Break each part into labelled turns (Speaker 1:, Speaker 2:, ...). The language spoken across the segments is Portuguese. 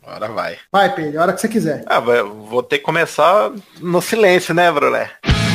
Speaker 1: Agora vai.
Speaker 2: Vai, Pedro, a hora que você quiser.
Speaker 1: Vou ter que começar no silêncio, né, Brulé?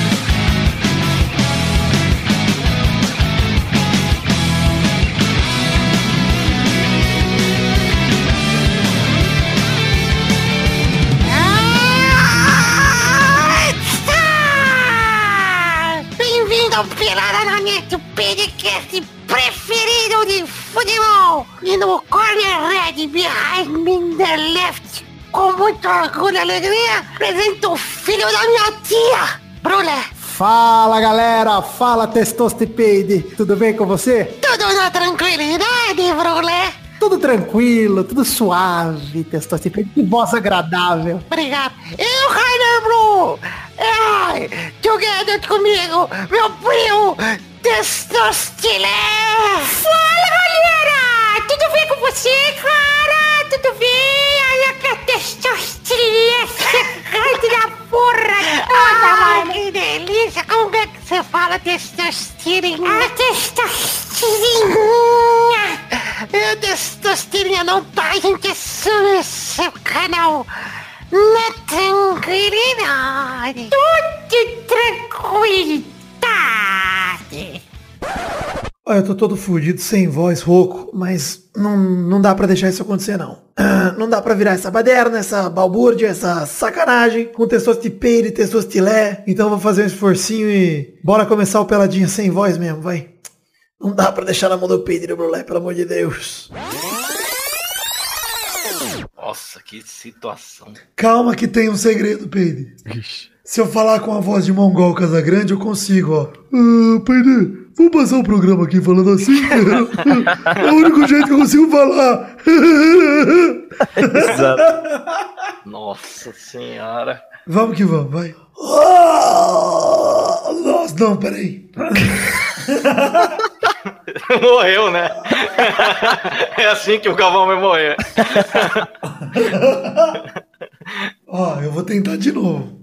Speaker 3: Bem-vindo ao Pelada na Net, o podcast preferido de futebol. E no corner red, behind me the left, com muito orgulho e alegria, apresento o filho da minha tia, Brulé.
Speaker 2: Fala, galera. Fala, Testostipede. Tudo bem com você?
Speaker 3: Tudo na tranquilidade, Brulé.
Speaker 2: Tudo tranquilo, tudo suave, Testostipede. Que voz agradável.
Speaker 3: Obrigado. E o Rainer Blue? Ai, together comigo, meu primo Testostilé. Fala, galera! Tudo bem com você, cara? Tudo bem? Olha que a Testostilé secante da porra toda, mano. Que delícia! Como é que você fala Testostirinha? A Testostirinha! Testostirinha não tá, gente, esse canal na tranquilidade. Tudo tranquilidade.
Speaker 2: Olha, eu tô todo fudido, sem voz, rouco, mas não dá pra deixar isso acontecer, não. Não dá pra virar essa baderna, essa balbúrdia, essa sacanagem com Testostipede e Testostilé. Então eu vou fazer um esforcinho e bora começar o Peladinha sem voz mesmo, vai. Não dá pra deixar na mão do Pedro e do Brulé, pelo amor de Deus.
Speaker 1: Nossa, que situação.
Speaker 2: Calma que tem um segredo, Pedro. Se eu falar com a voz de Mongol Casagrande, eu consigo, ó. Pedro, vamos passar o programa aqui falando assim? É o único jeito que eu consigo falar.
Speaker 1: Exato. Nossa senhora.
Speaker 2: Vamos que vamos, vai. Nossa, não, peraí.
Speaker 1: Morreu, né? É assim que o Galvão vai morrer.
Speaker 2: Ó, eu vou tentar de novo.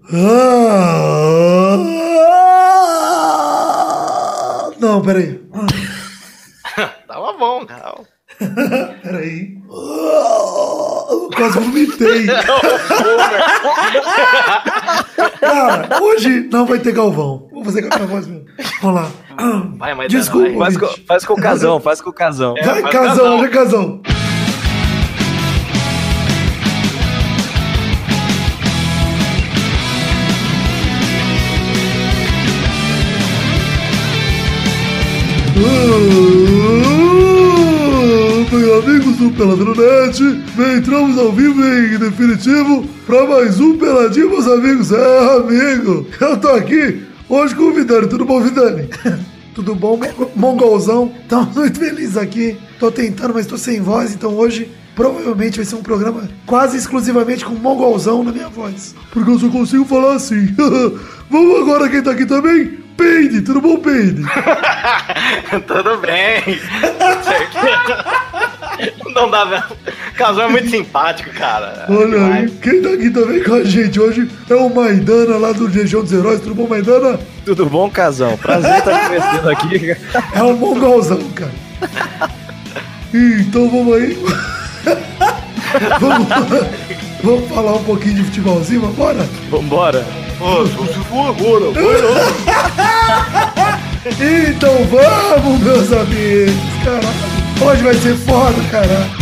Speaker 2: Não, peraí.
Speaker 1: Tava bom, calma.
Speaker 2: Peraí. Eu quase vomitei. Cara, hoje não vai ter Galvão. Vou fazer com a minha voz mesmo. Vamos lá.
Speaker 1: Vai, mas
Speaker 2: desculpa.
Speaker 4: Faz com o Casão, faz com o Casão.
Speaker 2: Vai, Casão, hoje é Casão. Bem, amigos do Peladronete, entramos ao vivo em definitivo para mais um Peladinho, meus amigos. Amigo, eu tô aqui hoje com o Vidani. Tudo bom, Vidani? Tudo bom, Mongolzão? Estamos muito felizes aqui. Tô tentando, mas tô sem voz, então hoje provavelmente vai ser um programa quase exclusivamente com Mongolzão na minha voz, porque eu só consigo falar assim. Vamos agora, quem tá aqui também? Peide, tudo bom, Peide?
Speaker 1: Tudo bem. Não dá mesmo. Casal é muito simpático, cara.
Speaker 2: Olha aí, quem tá aqui também com a gente hoje é o Maidana, lá do Região dos Heróis. Tudo bom, Maidana?
Speaker 4: Tudo bom, Casão? Prazer estar conhecendo aqui.
Speaker 2: É um mongolzão, cara. Então vamos aí. Vamos falar um pouquinho de futebolzinho, vambora?
Speaker 4: Vambora.
Speaker 1: Se for agora,
Speaker 2: Então vamos, meus amigos. Caralho. Hoje vai ser foda, caralho.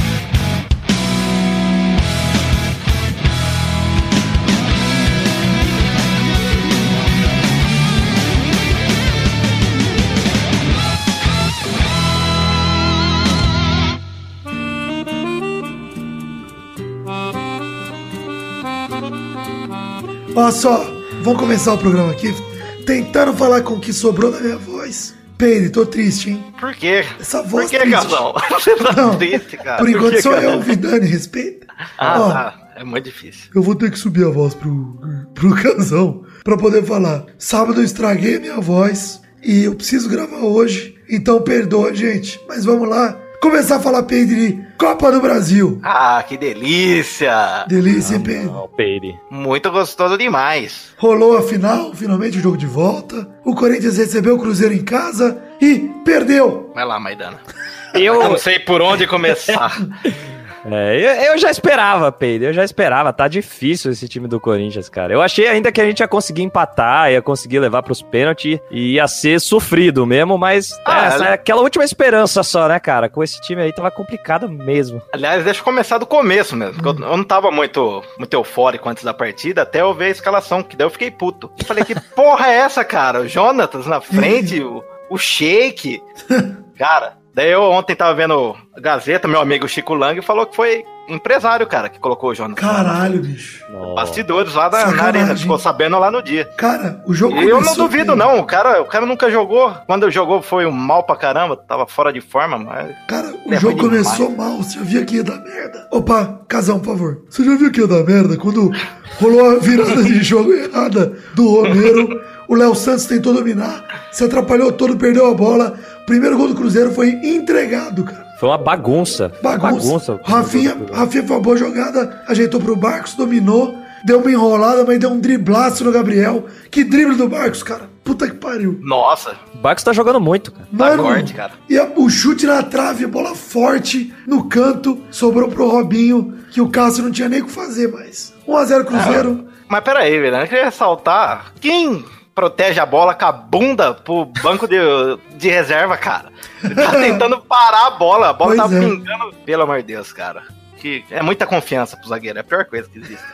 Speaker 2: Olha só, vamos começar o programa aqui tentando falar com o que sobrou da minha voz. Pedro, tô triste, hein?
Speaker 1: Por quê?
Speaker 2: Essa voz
Speaker 1: triste. Casal? Você tá
Speaker 2: não,
Speaker 1: triste, cara?
Speaker 2: Por enquanto só eu, Vidani, respeita.
Speaker 1: Tá. É muito difícil.
Speaker 2: Eu vou ter que subir a voz pro Casão pra poder falar. Sábado eu estraguei a minha voz e eu preciso gravar hoje. Então perdoa, gente. Mas vamos lá. Começar a falar, Pedro, de Copa do Brasil.
Speaker 1: Ah, que delícia.
Speaker 2: Delícia, hein, Pedro?
Speaker 4: Não, Pedro.
Speaker 1: Muito gostoso demais.
Speaker 2: Rolou a final, finalmente o jogo de volta. O Corinthians recebeu o Cruzeiro em casa e perdeu.
Speaker 1: Vai lá, Maidana.
Speaker 4: Eu
Speaker 1: não sei por onde começar.
Speaker 4: Eu já esperava, Pedro. Eu já esperava. Tá difícil esse time do Corinthians, cara. Eu achei ainda que a gente ia conseguir empatar, ia conseguir levar pros pênaltis e ia ser sofrido mesmo, mas essa é aquela última esperança só, né, cara? Com esse time aí tava complicado mesmo.
Speaker 1: Aliás, deixa eu começar do começo mesmo, porque eu não tava muito eufórico antes da partida, até eu ver a escalação, que daí eu fiquei puto. Eu falei, que porra é essa, cara? O Jonatas na frente, o Sheik. Cara, daí eu ontem tava vendo a Gazeta, meu amigo Chico Lang falou que foi empresário, cara, que colocou o Jonatas.
Speaker 2: Caralho, bicho.
Speaker 1: Bastidores lá na arena, ficou sabendo lá no dia.
Speaker 2: Cara, o jogo
Speaker 1: E eu não duvido, não. O cara nunca jogou. Quando jogou foi um mal pra caramba, tava fora de forma, mas...
Speaker 2: Cara, o jogo começou mal, você já via que ia dar merda. Opa, Casão, por favor. Você já viu que ia dar merda quando rolou a virada de jogo errada do Romero? O Léo Santos tentou dominar, se atrapalhou todo, perdeu a bola. O primeiro gol do Cruzeiro foi entregado, cara.
Speaker 4: Foi uma bagunça.
Speaker 2: Bagunça. Rafinha foi uma boa jogada, ajeitou pro Barcos, dominou, deu uma enrolada, mas deu um driblaço no Gabriel. Que drible do Barcos, cara. Puta que pariu.
Speaker 1: Nossa.
Speaker 4: O Barcos tá jogando muito, cara.
Speaker 2: Mano,
Speaker 1: forte, cara.
Speaker 2: E o chute na trave, a bola forte no canto, sobrou pro Robinho, que o Cássio não tinha nem o que fazer mais. 1-0 Cruzeiro.
Speaker 1: Mas peraí, velho, eu queria ressaltar quem protege a bola com a bunda pro banco de reserva, cara. Ele tá tentando parar a bola
Speaker 2: Pois
Speaker 1: tá
Speaker 2: é.
Speaker 1: pingando. Pelo amor de Deus, cara. Que é muita confiança pro zagueiro, é a pior coisa que existe.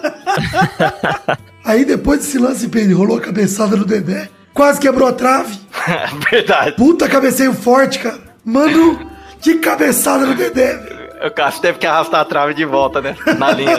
Speaker 2: Aí depois desse lance, Pedro, rolou a cabeçada do Dedé, quase quebrou a trave.
Speaker 1: Verdade.
Speaker 2: Puta cabeceio forte, cara. Mano, que cabeçada do Dedé, velho.
Speaker 1: O Cássio teve que arrastar a trave de volta, né? Na linha.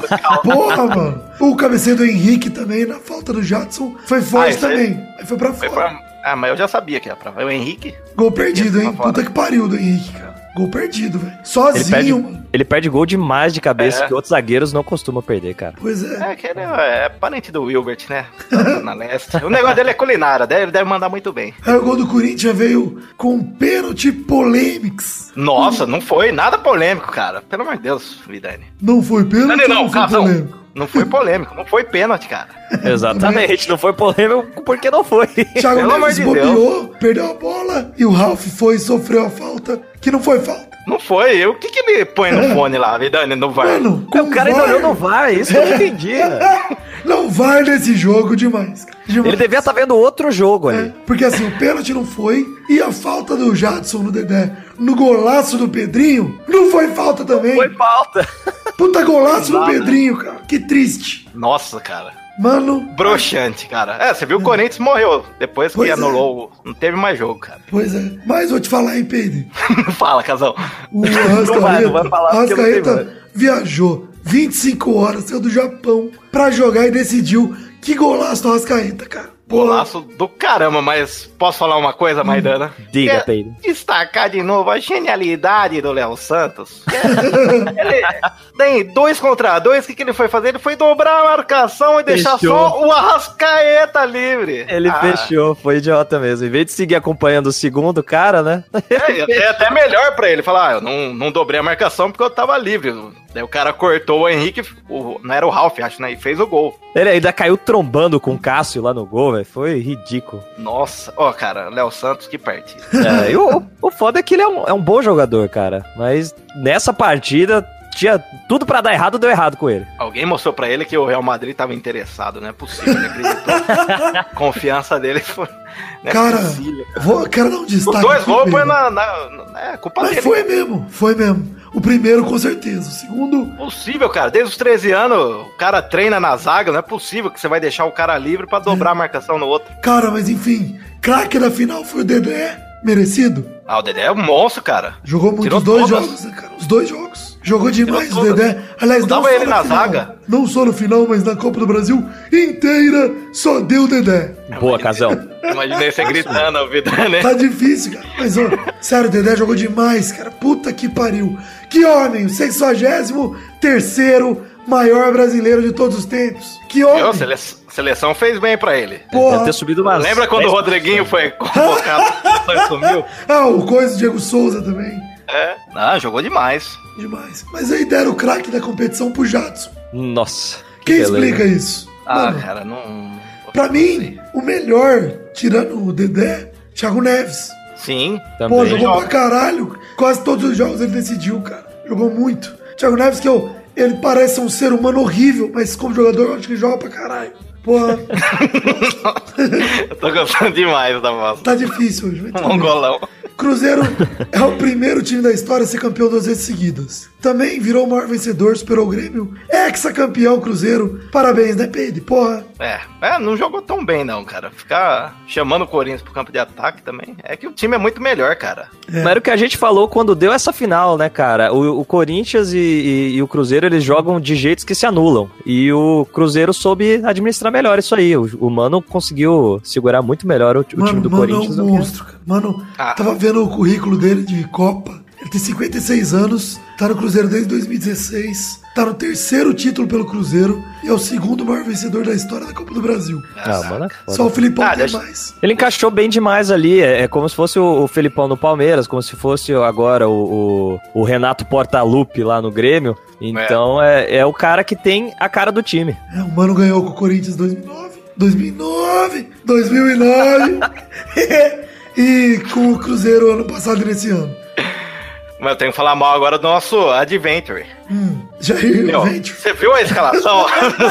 Speaker 2: Porra, mano. O cabeceio do Henrique também, na falta do Jadson, foi forte
Speaker 1: isso aí-
Speaker 2: também. Aí foi pra fora.
Speaker 1: Mas eu já sabia que ia pra... O Henrique...
Speaker 2: Gol perdido, hein?
Speaker 1: Pra fora.
Speaker 2: Puta que pariu do Henrique, cara. Gol perdido, velho. Sozinho, mano.
Speaker 4: Ele perde gol demais de cabeça que outros zagueiros não costumam perder, cara.
Speaker 2: Pois é.
Speaker 1: É que ele é parente do Wilbert, né? Na leste. O negócio dele é culinária, ele deve mandar muito bem.
Speaker 2: Aí o gol do Corinthians veio com pênalti polêmicos.
Speaker 1: Nossa, não foi nada polêmico, cara. Pelo amor de Deus, Vidani.
Speaker 2: Não foi pênalti
Speaker 1: Não,
Speaker 2: ou não foi
Speaker 1: Casão.
Speaker 2: polêmico?
Speaker 1: Não foi polêmico, não foi pênalti, cara.
Speaker 4: Exatamente, não foi polêmico porque não foi.
Speaker 2: Thiago
Speaker 1: Pelo amor
Speaker 2: Neves
Speaker 1: de
Speaker 2: bobeou, perdeu a bola e o Ralf foi e sofreu a falta, que não foi falta.
Speaker 1: Não foi. O que ele põe no fone lá, Vidani, no VAR?
Speaker 2: Mano, com
Speaker 4: O cara ainda olhou no VAR, é isso que eu não entendi. Né?
Speaker 2: Não vai nesse jogo demais, cara. Demais.
Speaker 4: Ele devia estar vendo outro jogo ali.
Speaker 2: É, porque assim, o pênalti não foi e a falta do Jadson no Dedé no golaço do Pedrinho não foi falta também.
Speaker 4: Foi falta.
Speaker 2: Puta golaço do
Speaker 1: Nada.
Speaker 2: Pedrinho, cara. Que triste.
Speaker 1: Nossa, cara.
Speaker 2: Mano,
Speaker 1: Broxante, cara. Você viu o Corinthians morreu. Depois que
Speaker 2: Pois é.
Speaker 1: anulou, não teve mais jogo, cara.
Speaker 2: pois é. Mas vou te falar, hein, Pedro.
Speaker 1: Fala, casal.
Speaker 2: O
Speaker 4: Não vai falar porque não tem
Speaker 2: Arrascaeta viajou 25 horas, saiu do Japão pra jogar e decidiu. Que golaço do Arrascaeta, cara.
Speaker 1: Golaço do caramba, mas posso falar uma coisa, Maidana?
Speaker 4: Diga,
Speaker 1: É
Speaker 4: Pedro.
Speaker 1: Destacar de novo a genialidade do Léo Santos. Ele tem 2 contra 2, o que ele foi fazer? Ele foi dobrar a marcação e deixar
Speaker 4: Fechou.
Speaker 1: só o Arrascaeta livre.
Speaker 4: Ele fechou, foi idiota mesmo. Em vez de seguir acompanhando o segundo cara, né?
Speaker 1: É até melhor pra ele falar, eu não dobrei a marcação porque eu tava livre. Daí o cara cortou o Henrique, não era o Ralf, acho, né? E fez o gol.
Speaker 4: Ele ainda caiu trombando com o Cássio lá no gol, velho. Foi ridículo.
Speaker 1: Nossa, ó, cara, Léo Santos, que partida.
Speaker 4: É, e o foda é que ele é um bom jogador, cara. Mas nessa partida tinha tudo pra dar errado, deu errado com ele.
Speaker 1: Alguém mostrou pra ele que o Real Madrid tava interessado, não é possível, ele acreditou. A confiança dele foi... Não é
Speaker 2: Cara,
Speaker 1: possível.
Speaker 2: quero dar um
Speaker 1: Os
Speaker 2: destaque.
Speaker 1: 2
Speaker 2: aqui,
Speaker 1: gols
Speaker 2: Pedro.
Speaker 1: foi é culpa
Speaker 2: Mas
Speaker 1: dele.
Speaker 2: foi mesmo. O primeiro, com certeza. O segundo,
Speaker 1: Possível, cara. Desde os 13 anos, o cara treina na zaga. Não é possível que você vai deixar o cara livre pra dobrar a marcação no outro.
Speaker 2: cara, mas enfim, craque da final foi o Dedé. Merecido.
Speaker 1: Ah, o Dedé é um monstro, cara.
Speaker 2: Jogou muito
Speaker 1: Tirou
Speaker 2: os 2
Speaker 1: todas.
Speaker 2: jogos, né, cara? Os 2 jogos. Jogou demais o
Speaker 1: todas.
Speaker 2: Dedé. Aliás, não
Speaker 1: Botava
Speaker 2: só
Speaker 1: ele
Speaker 2: na
Speaker 1: na
Speaker 2: final.
Speaker 1: zaga.
Speaker 2: Não só no final, mas na Copa do Brasil inteira só deu o Dedé.
Speaker 4: Boa, Casão.
Speaker 1: Imaginei você gritando a vida, né?
Speaker 2: Tá difícil, cara. Mas, ó, sério, o Dedé jogou demais, cara. Puta que pariu. Que homem, o 63º maior brasileiro de todos os tempos. Que homem.
Speaker 1: Viu? Seleção fez bem pra ele.
Speaker 4: Deve
Speaker 2: Porra.
Speaker 4: ter subido umas
Speaker 1: Lembra quando o
Speaker 4: 10%.
Speaker 1: Rodriguinho foi convocado e sumiu?
Speaker 2: Ah, o coisa do Diego Souza também.
Speaker 1: É. Não, jogou demais.
Speaker 2: Demais. Mas aí deram o craque da competição pro Jadson.
Speaker 4: Nossa.
Speaker 2: Quem
Speaker 4: beleza.
Speaker 2: explica isso?
Speaker 1: Ah,
Speaker 2: Mano,
Speaker 1: cara, não...
Speaker 2: pra
Speaker 1: não
Speaker 2: mim,
Speaker 1: sei.
Speaker 2: o melhor, tirando o Dedé, Thiago Neves.
Speaker 1: Sim.
Speaker 2: Pô,
Speaker 4: Também.
Speaker 2: jogou
Speaker 1: joga.
Speaker 2: pra caralho. Quase todos os jogos ele decidiu, cara. Jogou muito. Thiago Neves, ele parece um ser humano horrível, mas como jogador eu acho que ele joga pra caralho. Porra.
Speaker 1: Eu tô gostando demais da voz.
Speaker 2: Tá difícil hoje.
Speaker 1: Mongolão.
Speaker 2: Cruzeiro é o primeiro time da história a ser campeão 2 vezes seguidas. Também virou o maior vencedor, superou o Grêmio. Ex-campeão Cruzeiro. Parabéns, né, Pedro? Porra.
Speaker 1: Não jogou tão bem não, cara. Ficar chamando o Corinthians pro campo de ataque também. É que o time é muito melhor, cara.
Speaker 4: Mas era o que a gente falou quando deu essa final, né, cara? O Corinthians e o Cruzeiro, eles jogam de jeitos que se anulam. E o Cruzeiro soube administrar melhor isso aí. O Mano conseguiu segurar muito melhor o time do Corinthians.
Speaker 2: Mano é um monstro, cara. Mano, tava vendo o currículo dele de Copa. Ele tem 56 anos, tá no Cruzeiro desde 2016, tá no 3º título pelo Cruzeiro e é o 2º maior vencedor da história da Copa do Brasil.
Speaker 4: Mano,
Speaker 2: só o Filipão tem mais.
Speaker 4: Ele encaixou bem demais ali, é como se fosse o Felipão no Palmeiras, como se fosse agora o Renato Portaluppi lá no Grêmio. Então é o cara que tem a cara do time.
Speaker 2: O Mano ganhou com o Corinthians 2009 e com o Cruzeiro ano passado e nesse ano.
Speaker 1: Mas eu tenho que falar mal agora do nosso Adventure.
Speaker 2: Jair Adventure.
Speaker 1: Você viu a escalação?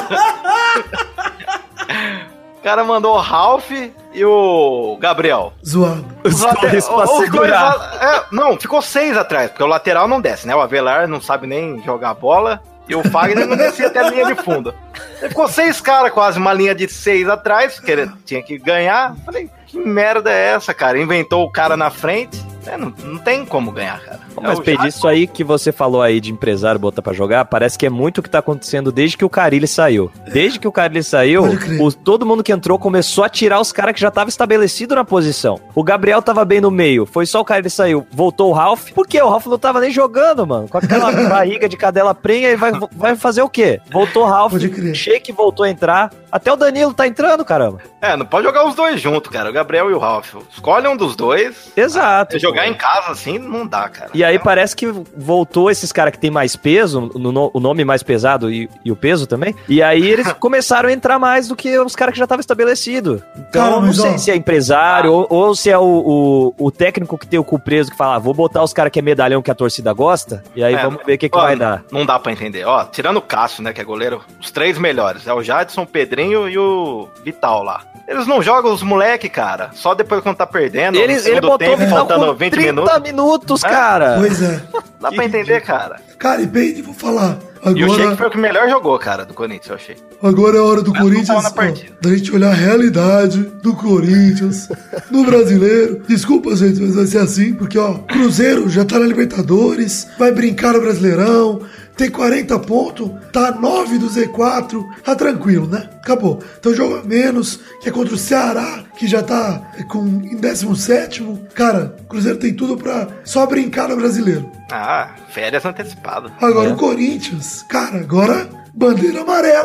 Speaker 1: O cara mandou o Ralf e o Gabriel.
Speaker 2: Zoado.
Speaker 4: Os dois pra segurar.
Speaker 1: Não, ficou 6 atrás, porque o lateral não desce, né? O Avelar não sabe nem jogar bola e o Fagner não descia até a linha de fundo. Ficou 6 caras, quase uma linha de 6 atrás, porque ele tinha que ganhar. Falei, que merda é essa, cara? Inventou o cara na frente. Não tem como ganhar, cara.
Speaker 4: Mas, Pedro, isso aí que você falou aí de empresário botar pra jogar, parece que é muito o que tá acontecendo desde que o Carille saiu. Desde que o Carille saiu, todo mundo que entrou começou a tirar os caras que já estavam estabelecidos na posição. O Gabriel tava bem no meio, foi só o Carille saiu. Voltou o Ralf. Por quê? O Ralf não tava nem jogando, mano. Com aquela barriga de cadela prenha, e vai fazer o quê? Voltou o Ralf, o Sheik voltou a entrar. Até o Danilo tá entrando, caramba.
Speaker 1: Não pode jogar os dois juntos, cara. O Gabriel e o Ralf. Escolhe um dos dois.
Speaker 4: Exato.
Speaker 1: Jogar em casa assim não dá, cara.
Speaker 4: E aí parece que voltou esses caras que tem mais peso, o nome mais pesado e o peso também. E aí eles começaram a entrar mais do que os caras que já estavam estabelecidos. Então eu não sei se é empresário ou se é o técnico que tem o cu preso que fala, vou botar os caras que é medalhão que a torcida gosta, e aí vamos ver o que vai dar.
Speaker 1: Não dá pra entender. Tirando o Cássio, né, que é goleiro, os 3 melhores. É o Jadson, o Pedrinho e o Vital lá. Eles não jogam os moleque, cara. Só depois quando tá perdendo.
Speaker 4: Ele botou tempo,
Speaker 1: faltando 20
Speaker 4: minutos, cara.
Speaker 2: Pois é.
Speaker 1: Dá pra entender, cara.
Speaker 2: Cara, e bem, vou falar. Agora,
Speaker 1: e o Sheik foi o que melhor jogou, cara, do Corinthians, eu achei.
Speaker 2: Agora é a hora do Corinthians, da gente olhar a realidade do Corinthians, do brasileiro. Desculpa, gente, mas vai ser assim, porque, Cruzeiro já tá na Libertadores, vai brincar no Brasileirão, tem 40 pontos, tá 9 do Z4, tá tranquilo, né? Acabou. Então joga menos, que é contra o Ceará, que já tá em 17º. Cara, o Cruzeiro tem tudo pra só brincar no Brasileiro.
Speaker 1: Férias antecipadas.
Speaker 2: Agora o Corinthians, cara, agora bandeira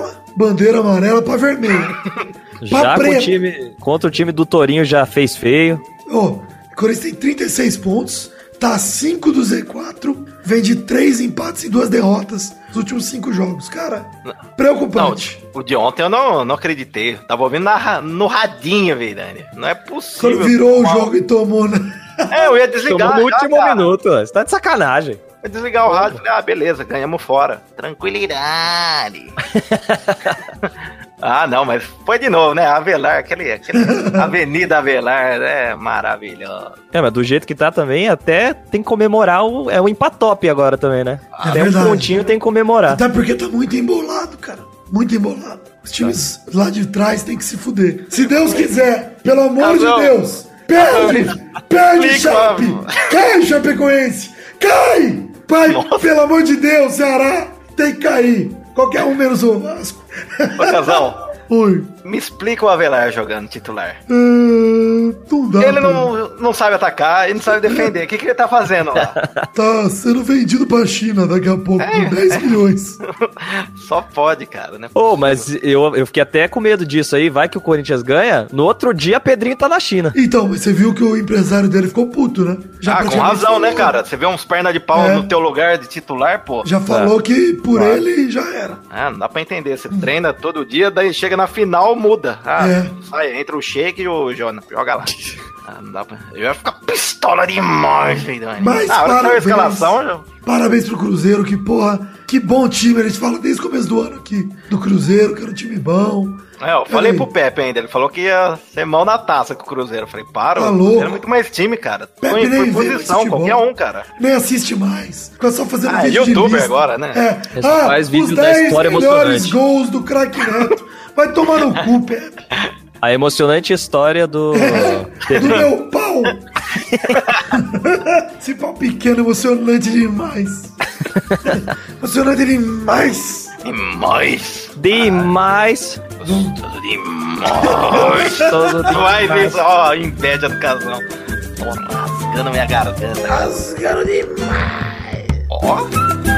Speaker 2: amarela pra vermelho.
Speaker 4: Já contra o time do Torinho já fez feio.
Speaker 2: O Corinthians tem 36 pontos, tá a 5 do Z4, vem de 3 empates e 2 derrotas nos últimos 5 jogos. Cara, preocupante.
Speaker 1: Não, o de ontem eu não acreditei. Tava ouvindo no radinho, Veirani. Não é possível.
Speaker 2: Quando virou o jogo e tomou, né?
Speaker 1: Eu ia desligar.
Speaker 4: Tomou no último minuto, você tá de sacanagem.
Speaker 1: Eu ia desligar o rádio e falei, beleza, ganhamos fora. Tranquilidade. Não, mas foi de novo, né? Avelar, aquele Avenida Avelar, é maravilhoso.
Speaker 4: Mas do jeito que tá também, até tem que comemorar o empatop agora também, né? Até um pontinho tem que comemorar.
Speaker 2: Até porque tá muito embolado, cara. Muito embolado. Os times lá de trás tem que se fuder. Se Deus quiser, pelo amor de Deus, perde, Chape! Cai, Chapecoense! Cai! Pai, pelo amor de Deus, Ceará tem que cair. Qualquer um menos o Vasco.
Speaker 1: Ô, Casal.
Speaker 2: Oi.
Speaker 1: Me explica o Avelar jogando titular.
Speaker 2: Não dá.
Speaker 1: Ele não sabe atacar, ele não sabe defender. O que ele tá fazendo lá?
Speaker 2: Tá sendo vendido pra China daqui a pouco por 10 milhões.
Speaker 1: Só pode, cara, né?
Speaker 4: Mas eu fiquei até com medo disso aí. Vai que o Corinthians ganha. No outro dia, Pedrinho tá na China.
Speaker 2: Então, mas você viu que o empresário dele ficou puto, né?
Speaker 1: Com razão, né, cara? Você vê uns pernas de pau no teu lugar de titular, pô.
Speaker 2: Já falou que por ele já era.
Speaker 1: Não dá pra entender. Você treina todo dia, daí chega na final, muda. Sai, entra o Sheik e o Jonas. Joga lá. Não dá pra... Eu ia ficar pistola demais, Feidani.
Speaker 2: Mas parabéns pro Cruzeiro, que porra, que bom time. A gente fala desde o começo do ano aqui do Cruzeiro, que era um time bom.
Speaker 1: Eu falei pro Pepe ainda, ele falou que ia ser mão na taça com o Cruzeiro. Eu falei, para,
Speaker 2: tá
Speaker 1: o Cruzeiro é muito mais time, cara.
Speaker 2: Pepe nem
Speaker 1: foi posição, qualquer um, cara.
Speaker 2: Nem assiste mais. Fica só fazendo vídeo
Speaker 1: youtuber
Speaker 2: de lista.
Speaker 1: Agora, né?
Speaker 4: Faz vídeo da história emocionante.
Speaker 2: Os 10 melhores gols do craque Neto. Vai tomar no cu, Pepe.
Speaker 4: A emocionante história do...
Speaker 2: do meu pau. Esse pau pequeno, emocionante demais. Emocionante demais.
Speaker 4: Demais.
Speaker 1: Gostoso demais. Vai ver só a inveja do casal. Tô rasgando minha garganta.
Speaker 2: Rasgando demais.
Speaker 1: Ó.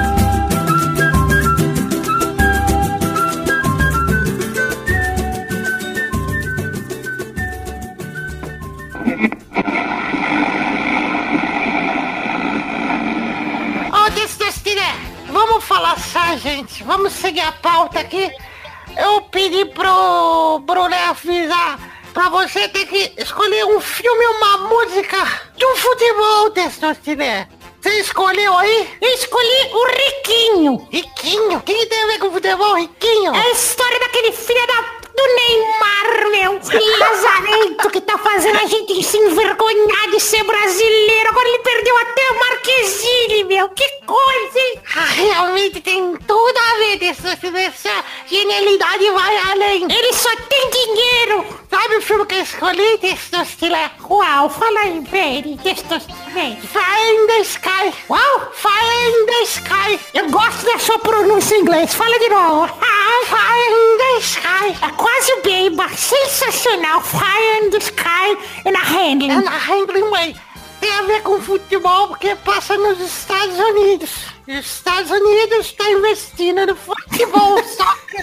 Speaker 3: Vamos falar só, gente. Vamos seguir a pauta aqui. Eu pedi pro Bruno avisar pra você ter que escolher um filme e uma música de um futebol, Testosterone. Você escolheu aí? Eu escolhi o Riquinho. Riquinho? O que tem a ver com futebol, Riquinho? É a história daquele filho do Neymar, meu. Lazarento que tá fazendo a gente se envergonhar de ser brasileiro. Agora ele perdeu até o Marquezine, meu. Que coisa, hein? Realmente tem tudo a ver essa genialidade vai além. Ele só tem dinheiro. Sabe o filme que eu escolhi, Testosterone? Uau, fala aí, baby, Testosterone. Fire in the Sky. Uau, Fire in the Sky. Eu gosto da sua pronúncia em inglês. Fala de novo. Fire in the Sky. É quase o Beiba. Sensacional. Fire in the Sky and a handling. And a handling way. Tem a ver com futebol porque passa nos Estados Unidos. E os Estados Unidos estão investindo no futebol soccer.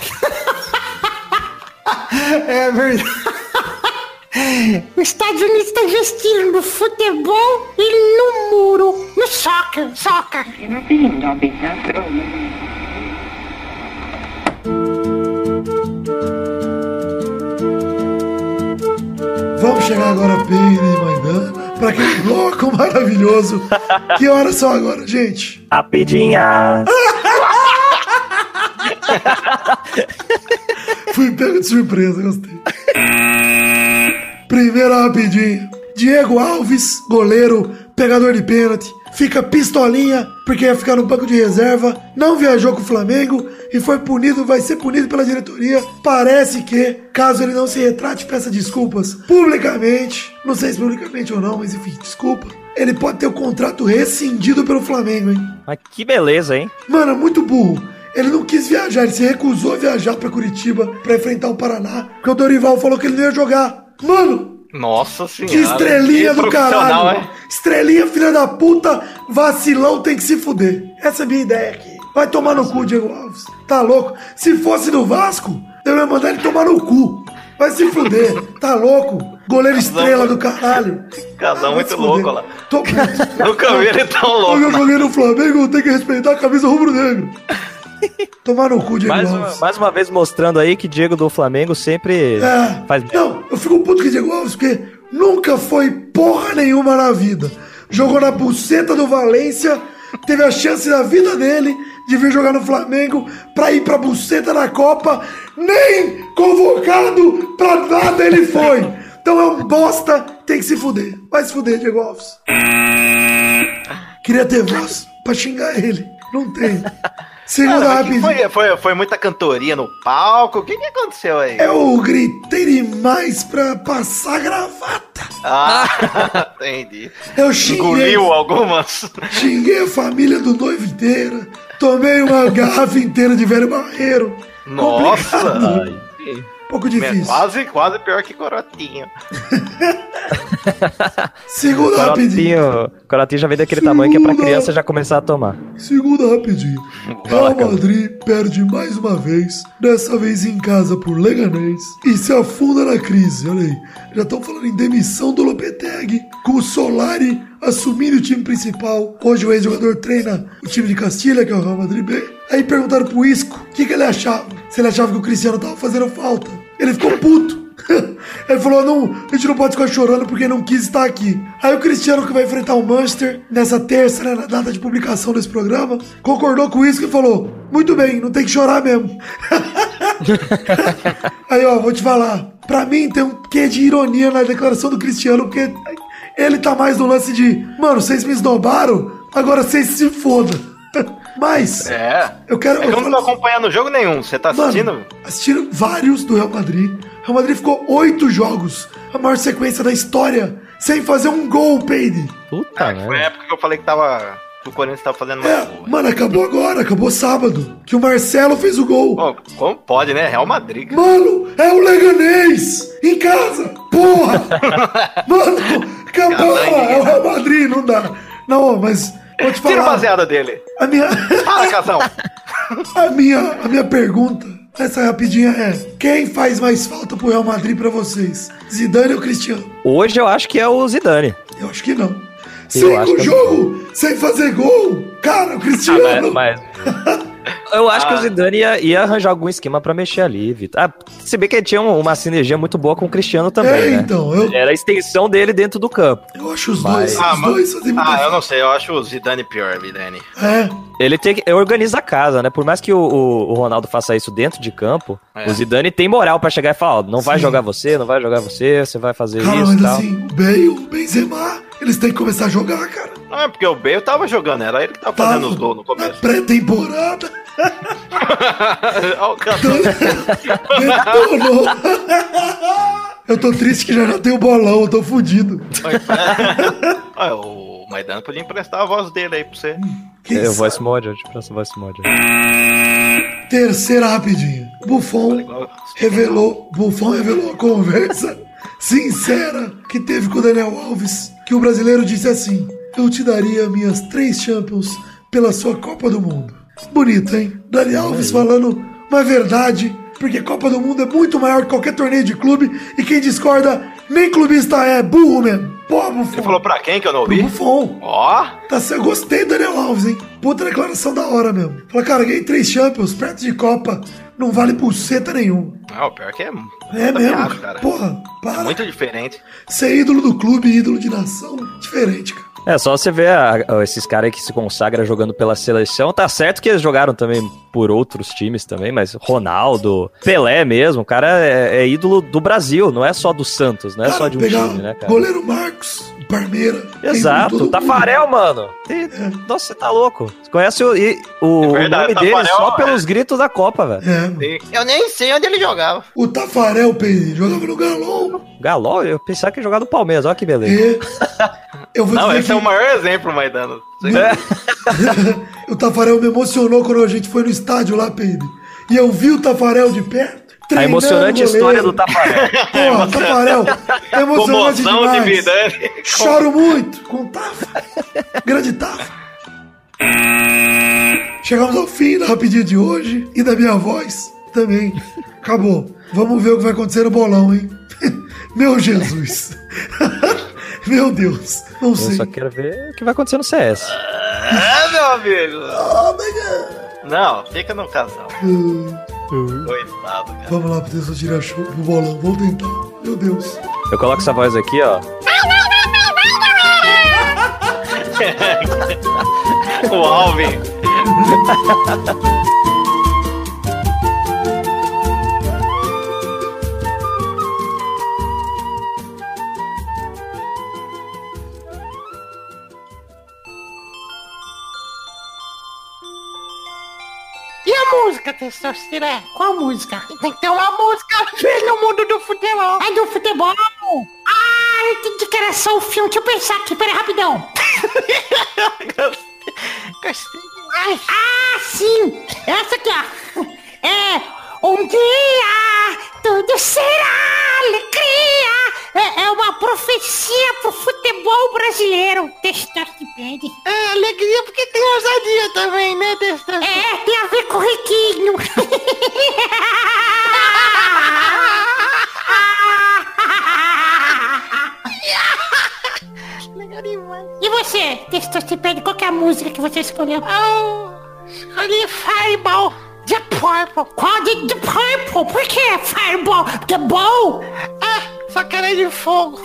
Speaker 3: É verdade. Os Estados Unidos estão investindo no futebol e no muro. No soccer.
Speaker 2: Vamos chegar agora, Peire e Maidana, pra aquele bloco maravilhoso. Que horas são agora, gente?
Speaker 4: Rapidinha.
Speaker 2: Fui pego de surpresa, gostei. Primeira rapidinha. Diego Alves, goleiro, pegador de pênalti, fica pistolinha porque ia ficar no banco de reserva, não viajou com o Flamengo e vai ser punido pela diretoria. Parece que, caso ele não se retrate, peça desculpas publicamente, não sei se publicamente ou não, mas enfim, desculpa, ele pode ter o contrato rescindido pelo Flamengo, hein?
Speaker 4: Mas que beleza, hein?
Speaker 2: Mano, é muito burro. Ele não quis viajar, ele se recusou a viajar pra Curitiba pra enfrentar o Paraná, porque o Dorival falou que ele não ia jogar. Mano!
Speaker 1: Nossa senhora.
Speaker 2: Que estrelinha do caralho.
Speaker 1: É?
Speaker 2: Estrelinha, filha da puta, vacilão, tem que se fuder. Essa é a minha ideia aqui. Vai tomar no cu, Diego Alves. Tá louco? Se fosse do Vasco, eu ia mandar ele tomar no cu. Vai se fuder. Tá louco? Goleiro estrela do caralho.
Speaker 1: Casal muito louco lá.
Speaker 2: Tô puto.
Speaker 1: Nunca vi ele tão louco.
Speaker 2: Eu joguei no Flamengo, eu tenho que respeitar a camisa rubro-negro. Tomar no cu, Diego Alves.
Speaker 4: Mais uma vez mostrando aí que Diego do Flamengo sempre faz...
Speaker 2: Não, eu fico puto com o Diego Alves porque nunca foi porra nenhuma na vida. Jogou na buceta do Valência, teve a chance da vida dele de vir jogar no Flamengo pra ir pra buceta na Copa, nem convocado pra nada ele foi. Então é um bosta, tem que se fuder. Vai se fuder, Diego Alves. Queria ter voz pra xingar ele, não tem. Segunda rapidinho.
Speaker 1: Foi muita cantoria no palco? O que aconteceu aí?
Speaker 2: Eu gritei demais pra passar gravata.
Speaker 1: Entendi.
Speaker 2: Eu xinguei.
Speaker 1: Engoliu algumas?
Speaker 2: Xinguei a família do noivo inteira. Tomei uma garrafa inteira de velho barreiro.
Speaker 1: Nossa!
Speaker 2: Um pouco difícil.
Speaker 1: Quase pior que Corotinho.
Speaker 2: Segunda rapidinho.
Speaker 4: Corotinho já vem daquele tamanho que é pra criança já começar a tomar.
Speaker 2: Segunda rapidinho. Real Madrid perde mais uma vez, dessa vez em casa por Leganés, e se afunda na crise. Olha aí, já estão falando em demissão do Lopetegui, com o Solari assumindo o time principal. Hoje o ex-jogador treina o time de Castilha, que é o Real Madrid B. Aí perguntaram pro Isco o que ele achava. Se ele achava que o Cristiano tava fazendo falta. Ele ficou puto. Ele falou, não, a gente não pode ficar chorando porque não quis estar aqui. Aí o Cristiano, que vai enfrentar o Manchester nessa terça, né, na data de publicação desse programa, concordou com isso e falou, muito bem, não tem que chorar mesmo. Aí, ó, vou te falar, pra mim tem um quê de ironia na declaração do Cristiano, porque ele tá mais no lance de, mano, vocês me esnobaram, agora vocês se fodam. Mas, eu quero...
Speaker 1: Eu não tô acompanhando jogo nenhum, você tá assistindo?
Speaker 2: Mano, assistindo vários do Real Madrid. O Real Madrid ficou 8 jogos, a maior sequência da história, sem fazer um gol, Peide.
Speaker 4: Puta,
Speaker 1: né? Foi a época que eu falei que o Corinthians tava fazendo mais gol.
Speaker 2: Mano, acabou agora, acabou sábado, que o Marcelo fez o gol.
Speaker 1: Oh, como pode, né? Real Madrid. Cara.
Speaker 2: Mano, é o Leganês, em casa, porra. Mano, acabou, é o Real Madrid, não dá. Não, mas... Vou te falar.
Speaker 1: Tira a baseada dele.
Speaker 2: A minha...
Speaker 1: Fala, Casão.
Speaker 2: A minha pergunta, essa rapidinha é: quem faz mais falta pro Real Madrid pra vocês? Zidane ou Cristiano?
Speaker 4: Hoje eu acho que é o Zidane.
Speaker 2: Eu acho que não. 5 jogos sem fazer gol. Cara, o Cristiano.
Speaker 4: Mas... Eu acho que o Zidane ia arranjar algum esquema pra mexer ali, Vitor. Se bem que ele tinha uma sinergia muito boa com o Cristiano também, né?
Speaker 2: Então,
Speaker 4: era a extensão dele dentro do campo.
Speaker 2: Eu acho os dois. Os dois fazem muita
Speaker 1: eu não sei, eu acho o Zidane pior, Zidane.
Speaker 4: Ele organiza a casa, né? Por mais que o Ronaldo faça isso dentro de campo, o Zidane tem moral pra chegar e falar, ó, não vai jogar você, não vai jogar você vai fazer isso e tal.
Speaker 2: Assim, o Bale, o Benzema, eles têm que começar a jogar, cara.
Speaker 1: Não, é porque o Bale tava jogando, era ele que tava fazendo os gols no começo.
Speaker 2: Na pré-temporada. Eu tô triste que já tem o bolão, eu tô fudido.
Speaker 1: O Maidana podia emprestar a voz dele aí pra você.
Speaker 4: O Voice Mod, eu te presto o Voice Mod.
Speaker 2: Terceira rapidinha. Buffon revelou a conversa sincera que teve com o Daniel Alves, que o brasileiro disse assim: eu te daria minhas 3 Champions pela sua Copa do Mundo. Bonito, hein? Daniel Alves falando uma verdade, porque Copa do Mundo é muito maior que qualquer torneio de clube, e quem discorda, nem clubista é, burro mesmo. Pô, Buffon.
Speaker 1: Você falou pra quem que eu não ouvi?
Speaker 2: Pro Buffon.
Speaker 1: Ó.
Speaker 2: Eu gostei do Daniel Alves, hein? Puta declaração da hora mesmo. Fala, cara, ganhei 3 Champions, perto de Copa, não vale pulseta nenhuma.
Speaker 1: O pior que é
Speaker 2: mesmo,
Speaker 1: piada, cara.
Speaker 2: Porra, para.
Speaker 1: É muito diferente.
Speaker 2: Ser ídolo do clube e ídolo de nação, diferente, cara.
Speaker 4: Só você ver esses caras que se consagram jogando pela seleção. Tá certo que eles jogaram também por outros times também, mas Ronaldo, Pelé mesmo, o cara é ídolo do Brasil, não é só do Santos, não é só de um time, né, cara?
Speaker 2: Goleiro Marcos, Parmeira.
Speaker 4: Exato, Tafarel, mano. Nossa, você tá louco. Você conhece o nome dele só pelos gritos da Copa, velho.
Speaker 1: Eu nem sei onde ele jogava.
Speaker 2: O Tafarel, jogava no Galol.
Speaker 4: Galol? Eu pensava que ele jogava no Palmeiras, olha que beleza.
Speaker 1: Esse é o maior exemplo, Maidano.
Speaker 2: O Tafarel me emocionou quando a gente foi no estádio lá, Pedro. E eu vi o Tafarel de perto.
Speaker 4: A emocionante história do Tafarel.
Speaker 2: Porra, Tafarel. Emocionante demais.
Speaker 1: De Vidane.
Speaker 2: Choro muito com o Tafa. Grande Tafa. Chegamos ao fim da rapidinha de hoje. E da minha voz também. Acabou. Vamos ver o que vai acontecer no bolão, hein? Meu Jesus. Meu Deus. Não sei.
Speaker 4: Eu só quero ver o que vai acontecer no CS.
Speaker 1: Meu amigo.
Speaker 2: Oh, my God.
Speaker 1: Não, fica no casal. Coitado, cara.
Speaker 2: Vamos lá, Pedro, tirar show do bolão. Vamos tentar. Meu Deus.
Speaker 4: Eu coloco essa voz aqui, ó.
Speaker 1: O Alvin.
Speaker 3: E a música, Testosterona? Qual música? Tem que ter uma música no mundo do futebol. É do futebol? Ah, eu entendi que era só o filme. Deixa eu pensar aqui, pera rapidão. Gostei demais. Ah, sim. Essa aqui, ó. Um dia tudo será alegria. É uma profecia pro futebol brasileiro. Testosterona. É alegria porque tem ousadia também, né, Testosterona? Tem a ver com o Riquinho. Legal demais. E você, Testosterona, qual que é a música que você escolheu? Escolhi Fireball. The Purple. Qual The Purple? Por que Fireball? The Ball? Só quero ir de fogo.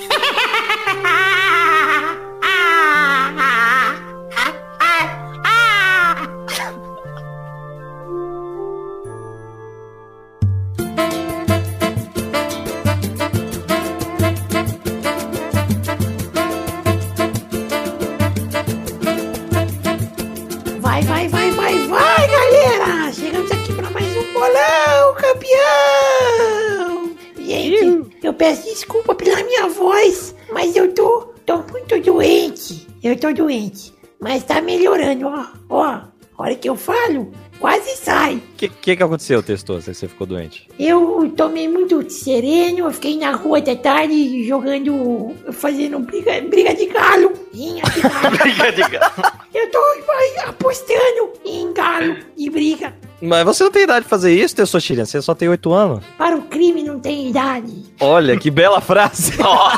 Speaker 5: Vai, galera! Chegamos aqui pra mais um bolão, campeão! Gente, eu peço desculpa pela minha voz, mas eu tô muito doente. Eu tô doente, mas tá melhorando, ó. A hora que eu falo, quase sai.
Speaker 4: O que aconteceu, Testosta, que você ficou doente?
Speaker 5: Eu tomei muito sereno, eu fiquei na rua até tarde jogando, fazendo briga de galo.
Speaker 1: Briga de galo.
Speaker 5: Eu tô apostando em galo e briga.
Speaker 4: Mas você não tem idade de fazer isso, Testostirinha, você só tem 8 anos.
Speaker 5: Para o crime não tem idade.
Speaker 4: Olha, que bela frase.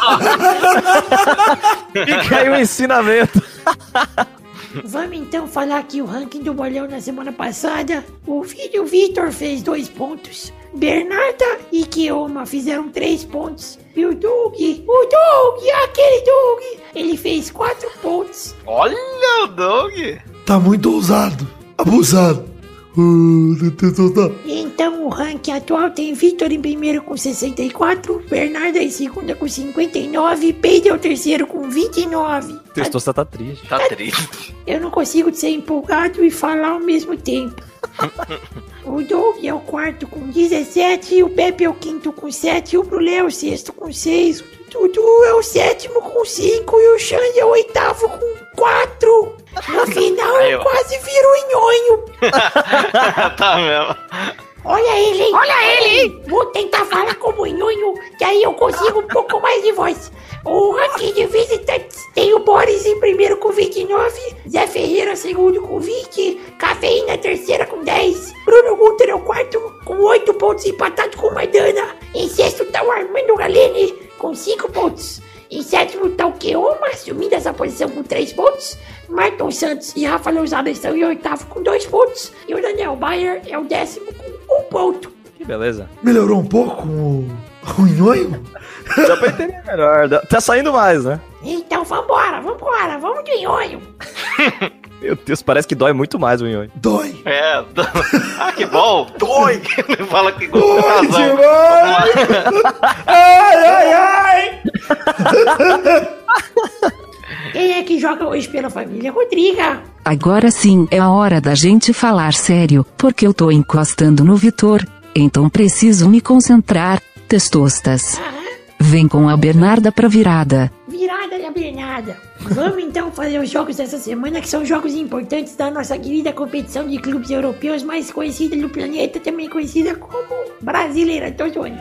Speaker 4: Fica aí o ensinamento.
Speaker 5: Vamos então falar aqui o ranking do bolão na semana passada. O filho Vitor fez 2 pontos. Bernarda e Kioma fizeram 3 pontos. E o Doug, aquele Doug, ele fez 4 pontos.
Speaker 1: Olha o Doug.
Speaker 2: Tá muito ousado, abusado.
Speaker 5: Então o ranking atual tem Vitor em primeiro com 64, Bernarda em segunda com 59, Peide é o terceiro com 29.
Speaker 4: Testosta tá triste.
Speaker 1: Tá triste.
Speaker 5: Eu não consigo ser empolgado e falar ao mesmo tempo. O Doug é o quarto com 17, o Pepe é o quinto com 7, o Brulé é o sexto com 6, o Dudu é o sétimo com 5 e o Xande é o oitavo com 4. No final eu quase viro nhonho.
Speaker 1: Tá mesmo.
Speaker 5: Olha ele, hein? Olha ele, hein? Vou tentar falar como nhonho, que aí eu consigo um pouco mais de voz. O ranking de visitantes tem o Boris em primeiro com 29, Zé Ferreira segundo com 20, Cafeína terceira com 10, Bruno Guter é o quarto com 8 pontos empatado com Maidana. Em sexto tá o Armando Galene com 5 pontos. Em sétimo tá o Keoma, assumindo essa posição com 3 pontos. Marton Santos e Rafa Lousada estão em oitavo com 2 pontos. E o Daniel Bayer é o 10º com 1 ponto.
Speaker 4: Que beleza.
Speaker 2: Melhorou um pouco o nhonho?
Speaker 4: Dá pra entender melhor. Tá saindo mais, né?
Speaker 5: Então vambora, vamos de nhonho.
Speaker 4: Meu Deus, parece que dói muito mais o nhonho.
Speaker 2: Dói.
Speaker 1: É. Que bom. Dói. Fala que
Speaker 2: Dói
Speaker 1: razão.
Speaker 2: demais. Ai.
Speaker 5: Quem é que joga hoje pela família Rodriga?
Speaker 6: Agora sim é a hora da gente falar sério, porque eu tô encostando no Vitor, então preciso me concentrar, Testostas. Vem com a Bernarda pra virada.
Speaker 5: Virada da Bernarda. Vamos então fazer os jogos dessa semana, que são jogos importantes da nossa querida competição de clubes europeus mais conhecida do planeta, também conhecida como Brasileira. Tô zoando.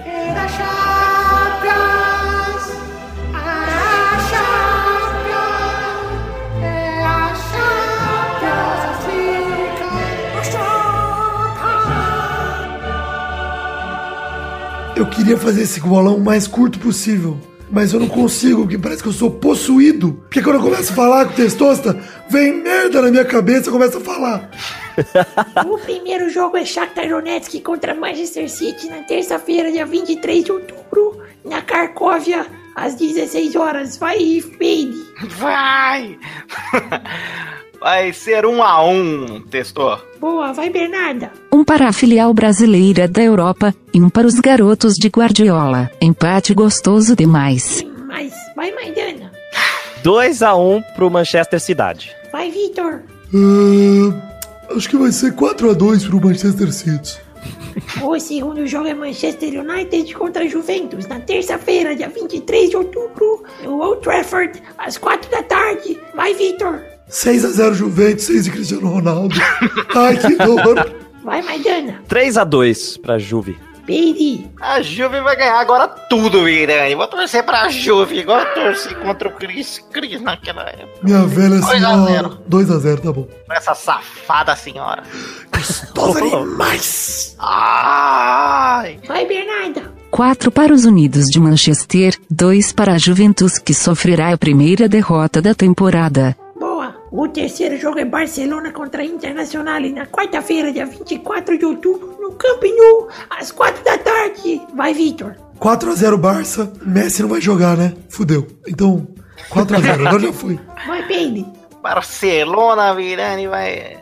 Speaker 2: Eu queria fazer esse bolão o mais curto possível, mas eu não consigo, porque parece que eu sou possuído. Porque quando eu começo a falar com o Testosta, vem merda na minha cabeça e começa a falar.
Speaker 5: O primeiro jogo é Shakhtar Donetsk contra Manchester City na terça-feira, dia 23 de outubro, na Cracóvia, às 16 horas. Vai, Peide.
Speaker 1: Vai. Vai ser 1-1, Testor.
Speaker 5: Boa, vai, Bernarda.
Speaker 6: Um para a filial brasileira da Europa, e um para os garotos de Guardiola. Empate gostoso demais.
Speaker 5: Mas vai, Maidana.
Speaker 4: 2-1 pro Manchester City.
Speaker 5: Vai, Vitor.
Speaker 2: Acho que vai ser 4-2 pro Manchester City.
Speaker 5: O segundo jogo é Manchester United contra Juventus, na terça-feira, dia 23 de outubro, no Old Trafford, às 4 da tarde. Vai, Vitor.
Speaker 2: 6-0 Juventus, 6 de Cristiano Ronaldo. Ai, que dor.
Speaker 5: Vai, Maidana.
Speaker 4: 3-2 pra Juve.
Speaker 5: Peide.
Speaker 1: A Juve vai ganhar agora tudo, Irani. Vou torcer pra Juve, igual eu torci contra o Cris naquela época.
Speaker 2: Minha velha
Speaker 1: 2 a
Speaker 2: senhora.
Speaker 1: 0.
Speaker 2: 2-0, tá bom.
Speaker 1: Essa safada senhora.
Speaker 2: Gostosa demais.
Speaker 1: Ai.
Speaker 5: Vai, Bernarda.
Speaker 6: 4 para os Unidos de Manchester, 2 para a Juventus, que sofrerá a primeira derrota da temporada.
Speaker 5: Boa. O terceiro jogo é Barcelona contra Internacional, na quarta-feira, dia 24 de outubro, no Camp Nou, às 4 da tarde. Vai, Vitor.
Speaker 2: 4x0 Barça, Messi não vai jogar, né? Fudeu. Então, 4x0, agora já foi.
Speaker 5: Vai, Peide.
Speaker 1: Barcelona virando e vai...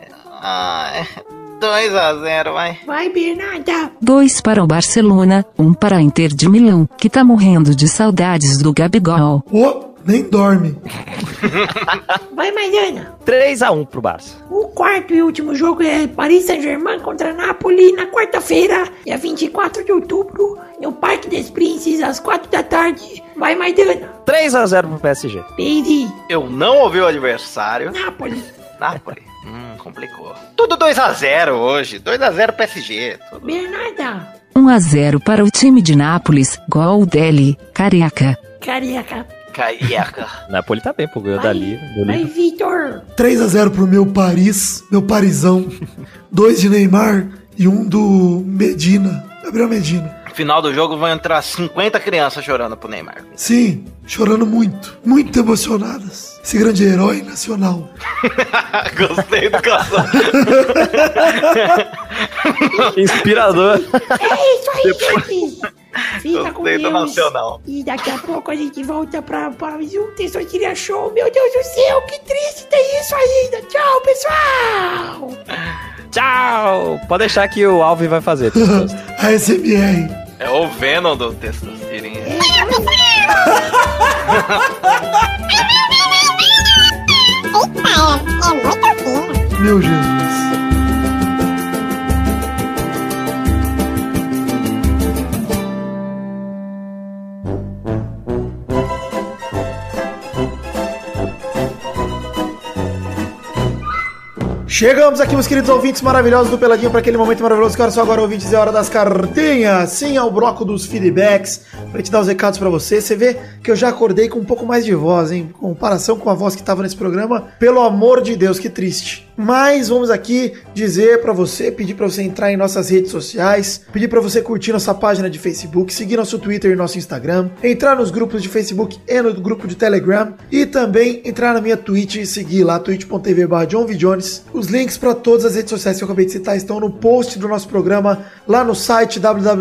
Speaker 1: 2x0, vai.
Speaker 5: Vai, Bernarda.
Speaker 6: 2 para o Barcelona, 1 para a Inter de Milão, que tá morrendo de saudades do Gabigol.
Speaker 2: Nem dorme.
Speaker 5: Vai, Maidana.
Speaker 4: 3x1 pro Barça.
Speaker 5: O quarto e último jogo é Paris Saint-Germain contra Napoli na quarta-feira, dia 24 de outubro, no Parque des Princes, às 4 da tarde. Vai, Maidana.
Speaker 4: 3x0 pro PSG.
Speaker 5: Peide.
Speaker 1: Eu não ouvi o adversário.
Speaker 5: Napoli.
Speaker 1: Complicou. Tudo 2x0 hoje. 2x0 PSG. Tudo.
Speaker 5: Bernarda.
Speaker 6: 1x0 para o time de Nápoles, gol dele, Careca.
Speaker 5: Cariaca.
Speaker 4: Napoli tá bem, pô, ganhou dali.
Speaker 5: Vai, Vitor.
Speaker 2: 3x0 pro meu Paris, meu Parisão. 2 de Neymar e 1 do Medina, Gabriel Medina.
Speaker 1: No final do jogo vão entrar 50 crianças chorando pro Neymar.
Speaker 2: Sim, chorando muito emocionadas. Esse grande herói nacional.
Speaker 1: Gostei do canção.
Speaker 4: Inspirador.
Speaker 5: É isso aí, gente. Fica com
Speaker 1: Gostei do
Speaker 5: Deus.
Speaker 1: nacional.
Speaker 5: E daqui a pouco a gente volta pra mais um Testosterinha Show. Meu Deus do céu, que triste tem isso ainda. Tchau, pessoal.
Speaker 4: Tchau. Pode deixar que o Alvin vai fazer.
Speaker 2: A SMR.
Speaker 1: É o Venom do Testosterinha.
Speaker 2: Meu Jesus. Chegamos aqui, meus queridos ouvintes maravilhosos do Peladinho, para aquele momento maravilhoso que era só agora, ouvintes, é hora das cartinhas. Sim, ao bloco dos feedbacks, pra gente dar os recados pra você. Você vê que eu já acordei com um pouco mais de voz, hein? Em comparação com a voz que tava nesse programa. Pelo amor de Deus, que triste. Mas vamos aqui dizer pra você, pedir pra você entrar em nossas redes sociais, pedir pra você curtir nossa página de Facebook, seguir nosso Twitter e nosso Instagram, entrar nos grupos de Facebook e no grupo de Telegram, e também entrar na minha Twitch e seguir lá, twitch.tv/JohnVJones. Os links para todas as redes sociais que eu acabei de citar estão no post do nosso programa, lá no site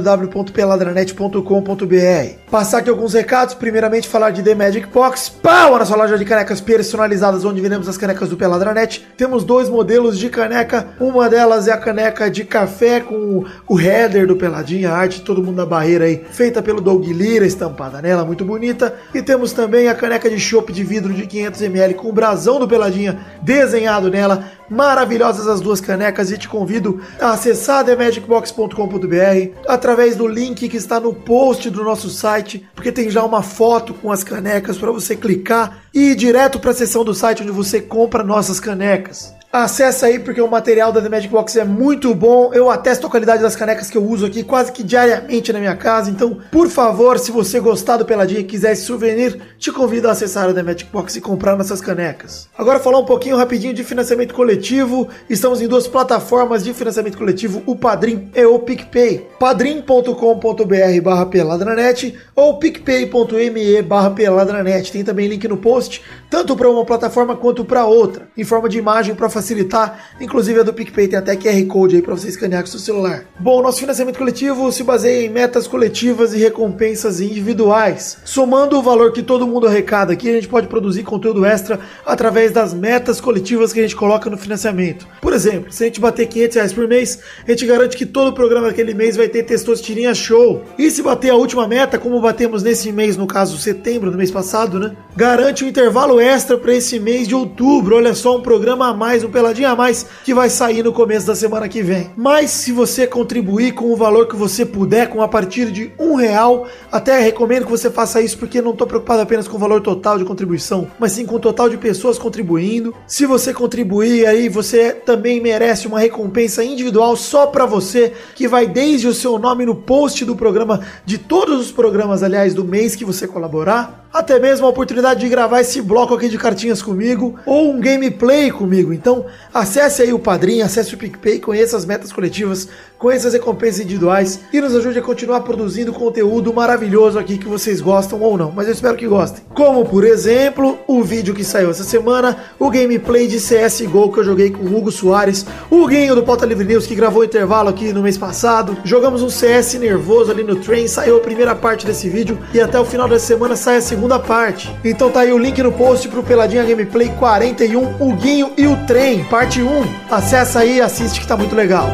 Speaker 2: www.peladranet.com.br. Passar aqui alguns recados, primeiramente falar de The Magic Box, pau, a nossa loja de canecas personalizadas, onde vendemos as canecas do Peladranet. Temos 2 modelos de caneca, uma delas é a caneca de café com o header do Peladinha, a arte todo mundo da barreira aí, feita pelo Doug Lira, estampada nela, muito bonita. E temos também a caneca de chopp de vidro de 500ml com o brasão do Peladinha desenhado nela. Maravilhosas as 2 canecas, e te convido a acessar themagicbox.com.br através do link que está no post do nosso site, porque tem já uma foto com as canecas para você clicar e ir direto para a seção do site onde você compra nossas canecas. Acesse aí, porque o material da The Magic Box é muito bom. Eu atesto a qualidade das canecas que eu uso aqui quase que diariamente na minha casa. Então, por favor, se você gostar do Peladinha e quiser esse souvenir, te convido a acessar a The Magic Box e comprar nossas canecas. Agora falar um pouquinho rapidinho de financiamento coletivo. Estamos em 2 plataformas de financiamento coletivo, o Padrim e o PicPay. padrim.com.br/peladranet ou picpay.me/peladranet. Tem também link no post, tanto para uma plataforma quanto para outra, em forma de imagem para facilitar, inclusive a do PicPay tem até QR Code aí para você escanear com o seu celular. Bom, nosso financiamento coletivo se baseia em metas coletivas e recompensas individuais. Somando o valor que todo mundo arrecada aqui, a gente pode produzir conteúdo extra através das metas coletivas que a gente coloca no financiamento. Por exemplo, se a gente bater R$500 por mês, a gente garante que todo o programa daquele mês vai ter Testosterinha Show. E se bater a última meta, como batemos nesse mês, no caso setembro do mês passado, né? Garante um intervalo extra para esse mês de outubro. Olha só, um programa a mais, um Peladinha a mais, que vai sair no começo da semana que vem. Mas se você contribuir com o valor que você puder, com a partir de R$1, até recomendo que você faça isso, porque não estou preocupado apenas com o valor total de contribuição, mas sim com o total de pessoas contribuindo. Se você contribuir aí, você também merece uma recompensa individual só para você, que vai desde o seu nome no post do programa, de todos os programas, aliás, do mês que você colaborar, até mesmo a oportunidade de gravar esse bloco aqui de cartinhas comigo, ou um gameplay comigo. Então, acesse aí o Padrim, acesse o PicPay, conheça as metas coletivas, conheça as recompensas individuais e nos ajude a continuar produzindo conteúdo maravilhoso aqui que vocês gostam ou não, mas eu espero que gostem. Como, por exemplo, o vídeo que saiu essa semana, o gameplay de CSGO que eu joguei com o Hugo Soares, o Guinho do Pauta Livre News que gravou o intervalo aqui no mês passado. Jogamos um CS nervoso ali no Train, saiu a primeira parte desse vídeo e até o final da semana sai a segunda parte. Então tá aí o link no post pro Peladinha Gameplay 41, o Guinho e o Train, parte 1. Acessa aí e assiste que tá muito legal.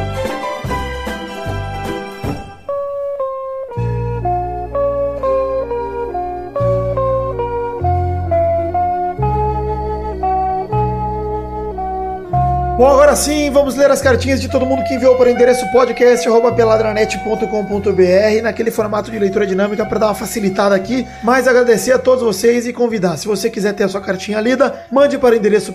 Speaker 2: Bom, agora sim, vamos ler as cartinhas de todo mundo que enviou para o endereço podcast@peladranet.com.br, naquele formato de leitura dinâmica para dar uma facilitada aqui, mas agradecer a todos vocês e convidar. Se você quiser ter a sua cartinha lida, mande para o endereço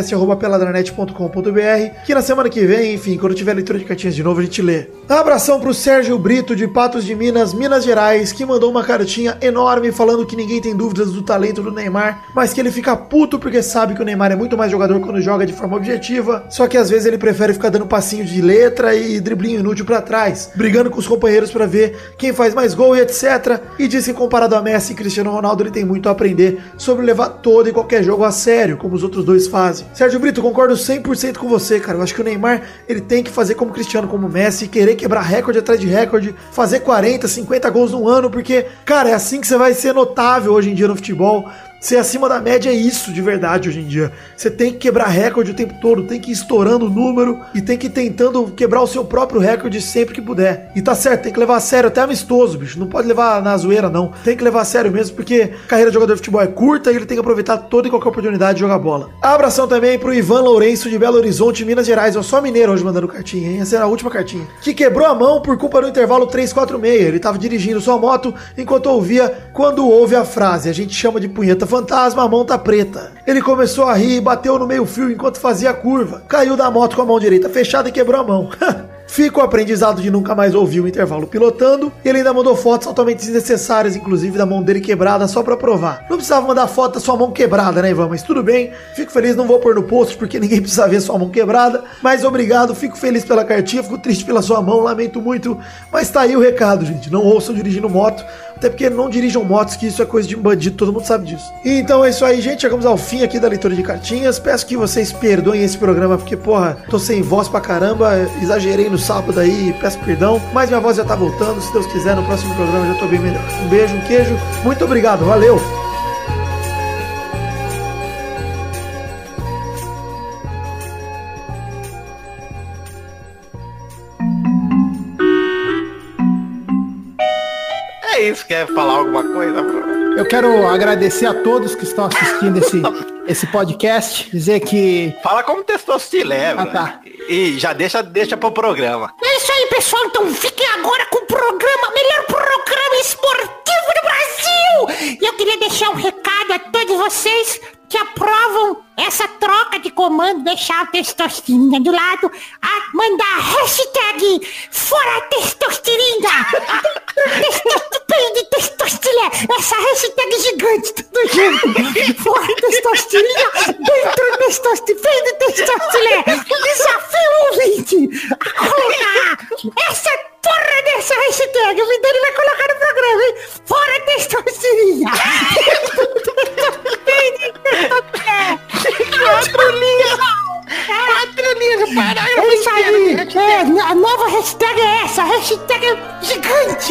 Speaker 2: podcast@peladranet.com.br, que na semana que vem, enfim, quando tiver leitura de cartinhas de novo, a gente lê. Um abração pro Sérgio Brito, de Patos de Minas, Minas Gerais, que mandou uma cartinha enorme falando que ninguém tem dúvidas do talento do Neymar, mas que ele fica puto porque sabe que o Neymar é muito mais jogador quando joga de forma objetiva. Só que às vezes ele prefere ficar dando passinho de letra e driblinho inútil pra trás, brigando com os companheiros pra ver quem faz mais gol e etc. E diz que comparado a Messi e Cristiano Ronaldo, ele tem muito a aprender sobre levar todo e qualquer jogo a sério, como os outros dois fazem. Sérgio Brito, concordo 100% com você, cara. Eu acho que o Neymar, ele tem que fazer como Cristiano, como Messi, querer quebrar recorde atrás de recorde, fazer 40, 50 gols num ano, porque, cara, é assim que você vai ser notável hoje em dia no futebol. Ser acima da média é isso de verdade hoje em dia. Você tem que quebrar recorde o tempo todo, tem que ir estourando o número e tem que ir tentando quebrar o seu próprio recorde sempre que puder. E tá certo, tem que levar a sério, até amistoso, bicho. Não pode levar na zoeira, não. Tem que levar a sério mesmo, porque a carreira de jogador de futebol é curta e ele tem que aproveitar toda e qualquer oportunidade de jogar bola. Abração também pro Ivan Lourenço, de Belo Horizonte, Minas Gerais. Eu sou mineiro hoje mandando cartinha, hein? Essa era a última cartinha. Que quebrou a mão por culpa do intervalo 346. Ele tava dirigindo sua moto enquanto ouvia quando ouve a frase: a gente chama de punheta fantasma, a mão tá preta. Ele começou a rir e bateu no meio fio enquanto fazia a curva. Caiu da moto com a mão direita fechada e quebrou a mão. Fica o aprendizado de nunca mais ouvir o intervalo pilotando. Ele ainda mandou fotos altamente desnecessárias, inclusive da mão dele quebrada, só pra provar. Não precisava mandar foto da sua mão quebrada, né, Ivan? Mas tudo bem, fico feliz, não vou pôr no post porque ninguém precisa ver sua mão quebrada. Mas obrigado, fico feliz pela cartinha, fico triste pela sua mão, lamento muito. Mas tá aí o recado, gente, não ouçam dirigindo moto. Até porque não dirijam motos, que isso é coisa de um bandido, todo mundo sabe disso. Então é isso aí, gente, chegamos ao fim aqui da leitura de cartinhas. Peço que vocês perdoem esse programa, porque, porra, tô sem voz pra caramba, exagerei no sábado aí, peço perdão, mas minha voz já tá voltando, se Deus quiser, no próximo programa eu já tô bem melhor. Um beijo, um queijo, muito obrigado, valeu!
Speaker 1: É isso, quer falar alguma coisa?
Speaker 7: Eu quero agradecer a todos que estão assistindo esse podcast, dizer que...
Speaker 1: Fala como Testostilé,
Speaker 7: tá.
Speaker 1: E já deixa pro programa.
Speaker 5: É isso aí, pessoal. Então fiquem agora com o programa, melhor programa esportivo do Brasil. E eu queria deixar um recado a todos vocês que aprovam essa troca de comando, deixar a testosterona do lado, a mandar a hashtag Fora Testosterina. Perde testosterona. Essa hashtag gigante, tudo junto. Fora testosterona, dentro testosterona, perde testosterona. Desafio ouvinte a colocar essa porra dessa hashtag. O Vidani vai colocar no programa, hein? Fora testosterona. Perde testosterona. 4 linhas no parágrafo. É isso aí. A nova hashtag é essa. Hashtag gigante.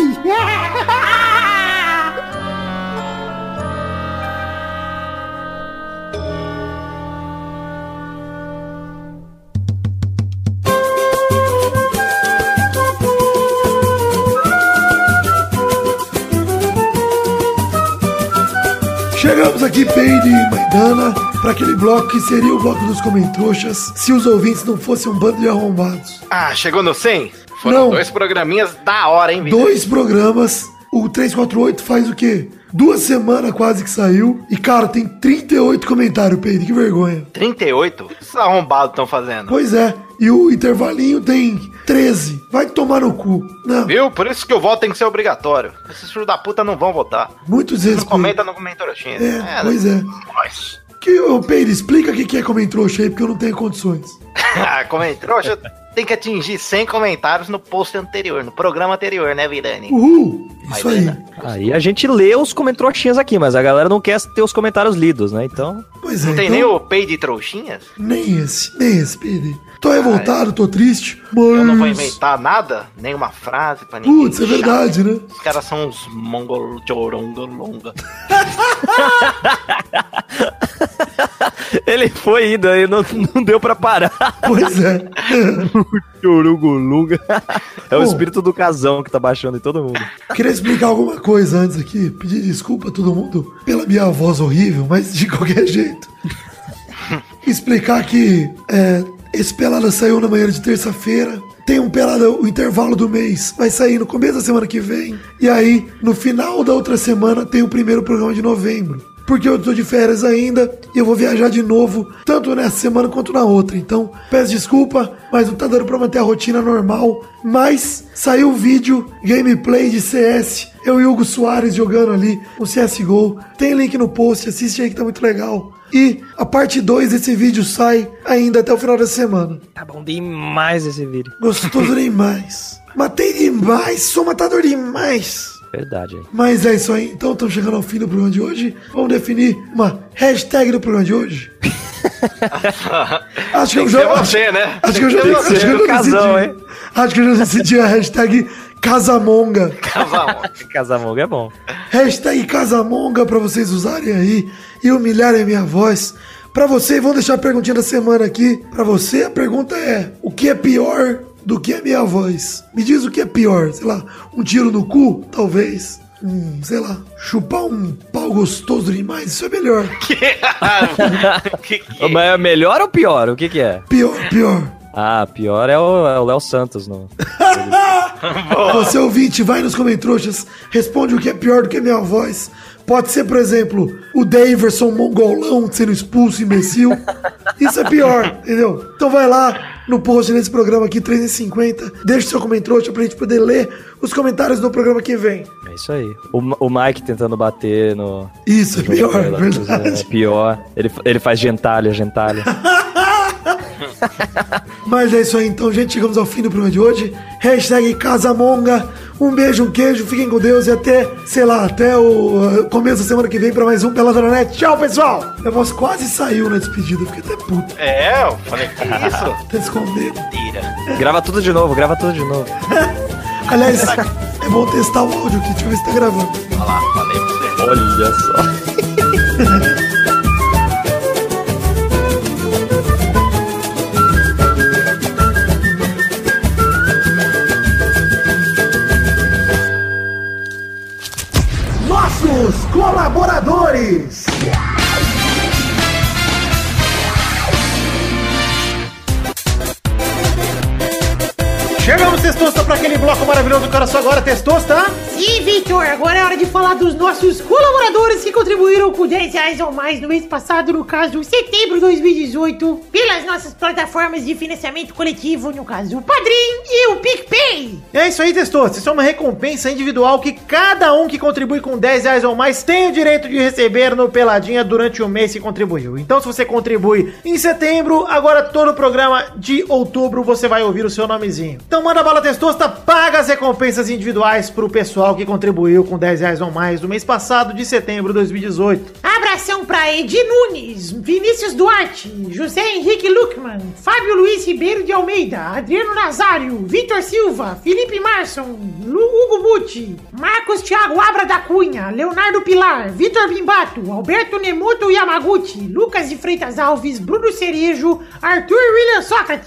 Speaker 2: Chegamos aqui, Peide e Maidana, para aquele bloco que seria o bloco dos comentrouxas, se os ouvintes não fossem um bando de arrombados.
Speaker 1: Ah, chegou no 100? Foram
Speaker 2: Não.
Speaker 1: 2 programinhas da hora, hein, Vitor?
Speaker 2: 2 programas, o 348 faz o quê? 2 semanas quase que saiu. E, cara, tem 38 comentários, Pedro. Que vergonha.
Speaker 1: 38? O que esses arrombados estão fazendo?
Speaker 2: Pois é. E o intervalinho tem 13. Vai tomar no cu. Não.
Speaker 1: Viu? Por isso que o voto tem que ser obrigatório. Esses filhos da puta não vão votar.
Speaker 2: Muitos
Speaker 1: Não
Speaker 2: vezes.
Speaker 1: comenta no comentário-xinha.
Speaker 2: Pois é.
Speaker 1: Nós.
Speaker 2: Ô, Pedro, explica o que é comentrouxa aí, porque eu não tenho condições.
Speaker 1: Comentrouxa tem que atingir 100 comentários no post anterior, no programa anterior, né, Virani?
Speaker 2: Uhul! Isso aí.
Speaker 4: Aí a gente lê os comentroxinhas aqui, mas a galera não quer ter os comentários lidos, né? Então...
Speaker 2: Pois é.
Speaker 1: Não tem
Speaker 2: então,
Speaker 1: nem o pay de trouxinhas?
Speaker 2: Nem esse, Pedro. Tô revoltado, tô triste, mas...
Speaker 1: Eu não vou inventar nada, nenhuma frase pra ninguém.
Speaker 2: Putz, é verdade, né?
Speaker 1: Os caras são uns mongolongolonga.
Speaker 4: Ele foi indo aí, não deu pra parar.
Speaker 2: Pois é.
Speaker 4: Chorungulunga. É o espírito do casão que tá baixando em todo mundo.
Speaker 2: Queria explicar alguma coisa antes aqui. Pedir desculpa a todo mundo pela minha voz horrível, mas de qualquer jeito. Explicar que esse Pelada saiu na manhã de terça-feira. Tem um Pelada, o intervalo do mês vai sair no começo da semana que vem. E aí, no final da outra semana, tem o primeiro programa de novembro. Porque eu tô de férias ainda e eu vou viajar de novo, tanto nessa semana quanto na outra. Então, peço desculpa, mas não tá dando pra manter a rotina normal. Mas saiu o vídeo, gameplay de CS, eu e Hugo Soares jogando ali o CSGO. Tem link no post, assiste aí que tá muito legal. E a parte 2 desse vídeo sai ainda até o final da semana.
Speaker 4: Tá bom demais esse vídeo.
Speaker 2: Gostoso demais. Matei demais, sou matador demais.
Speaker 4: Verdade, hein?
Speaker 2: Mas é isso aí, então estamos chegando ao fim do programa de hoje. Vamos definir uma hashtag do programa de hoje. Acho que eu já
Speaker 1: você, né?
Speaker 2: Acho que eu já decidi. Acho que eu já decidi a hashtag Casamonga.
Speaker 4: Casamonga é bom.
Speaker 2: Hashtag Casamonga pra vocês usarem aí e humilharem a minha voz. Pra você, vamos deixar a perguntinha da semana aqui. Pra você, a pergunta é: o que é pior do que a minha voz? Me diz o que é pior, sei lá, um tiro no cu, talvez. Sei lá, chupar um pau gostoso demais, isso é melhor.
Speaker 4: Mas é melhor ou pior? O que é?
Speaker 2: Pior.
Speaker 4: Ah, pior é o Léo Santos, não.
Speaker 2: Você ouvinte, vai nos comentários, responde o que é pior do que a minha voz. Pode ser, por exemplo, o Daverson mongolão sendo expulso, imbecil. Isso é pior, entendeu? Então vai lá no post desse programa aqui, 350. Deixa seu comentário pra gente poder ler os comentários do programa que vem.
Speaker 4: É isso aí. O Mike tentando bater no...
Speaker 2: Isso, é pior, verdade.
Speaker 4: É pior. Ele faz gentalha.
Speaker 2: Mas é isso aí, então, gente. Chegamos ao fim do programa de hoje. Hashtag Casamonga. Um beijo, um queijo. Fiquem com Deus e até, sei lá, até o começo da semana que vem pra mais um Pelada na Net. Tchau, pessoal! Minha voz quase saiu na despedida. Fiquei até puto.
Speaker 1: Eu falei que isso?
Speaker 2: Tá escondendo.
Speaker 1: Mentira.
Speaker 4: Grava tudo de novo.
Speaker 2: Aliás, é bom testar o áudio aqui. Deixa eu ver se tá gravando.
Speaker 1: Olha lá, falei pra você.
Speaker 4: Olha só.
Speaker 7: Nossos colaboradores. Chegamos, Testosta, para aquele bloco maravilhoso do Cara Só Agora, Testosta.
Speaker 5: Sim, Victor, agora é hora de falar dos nossos colaboradores que contribuíram com R$10 ou mais no mês passado, no caso, setembro de 2018, pelas nossas plataformas de financiamento coletivo, no caso, o Padrim e o PicPay.
Speaker 7: É isso aí, Testosta. Isso é uma recompensa individual que cada um que contribui com R$10 ou mais tem o direito de receber no Peladinha durante o mês que contribuiu. Então, se você contribui em setembro, agora todo o programa de outubro você vai ouvir o seu nomezinho. Então manda bala, Testosta, paga as recompensas individuais pro pessoal que contribuiu com R$10 ou mais no mês passado de setembro de 2018.
Speaker 5: Abração pra Edi Nunes, Vinícius Duarte, José Henrique Luckman, Fábio Luiz Ribeiro de Almeida, Adriano Nazário, Vitor Silva, Felipe Marson, Hugo Butti, Marcos Thiago Abra da Cunha, Leonardo Pilar, Vitor Bimbato, Alberto Nemoto Yamaguchi, Lucas de Freitas Alves, Bruno Cerejo, Arthur William Sócrates,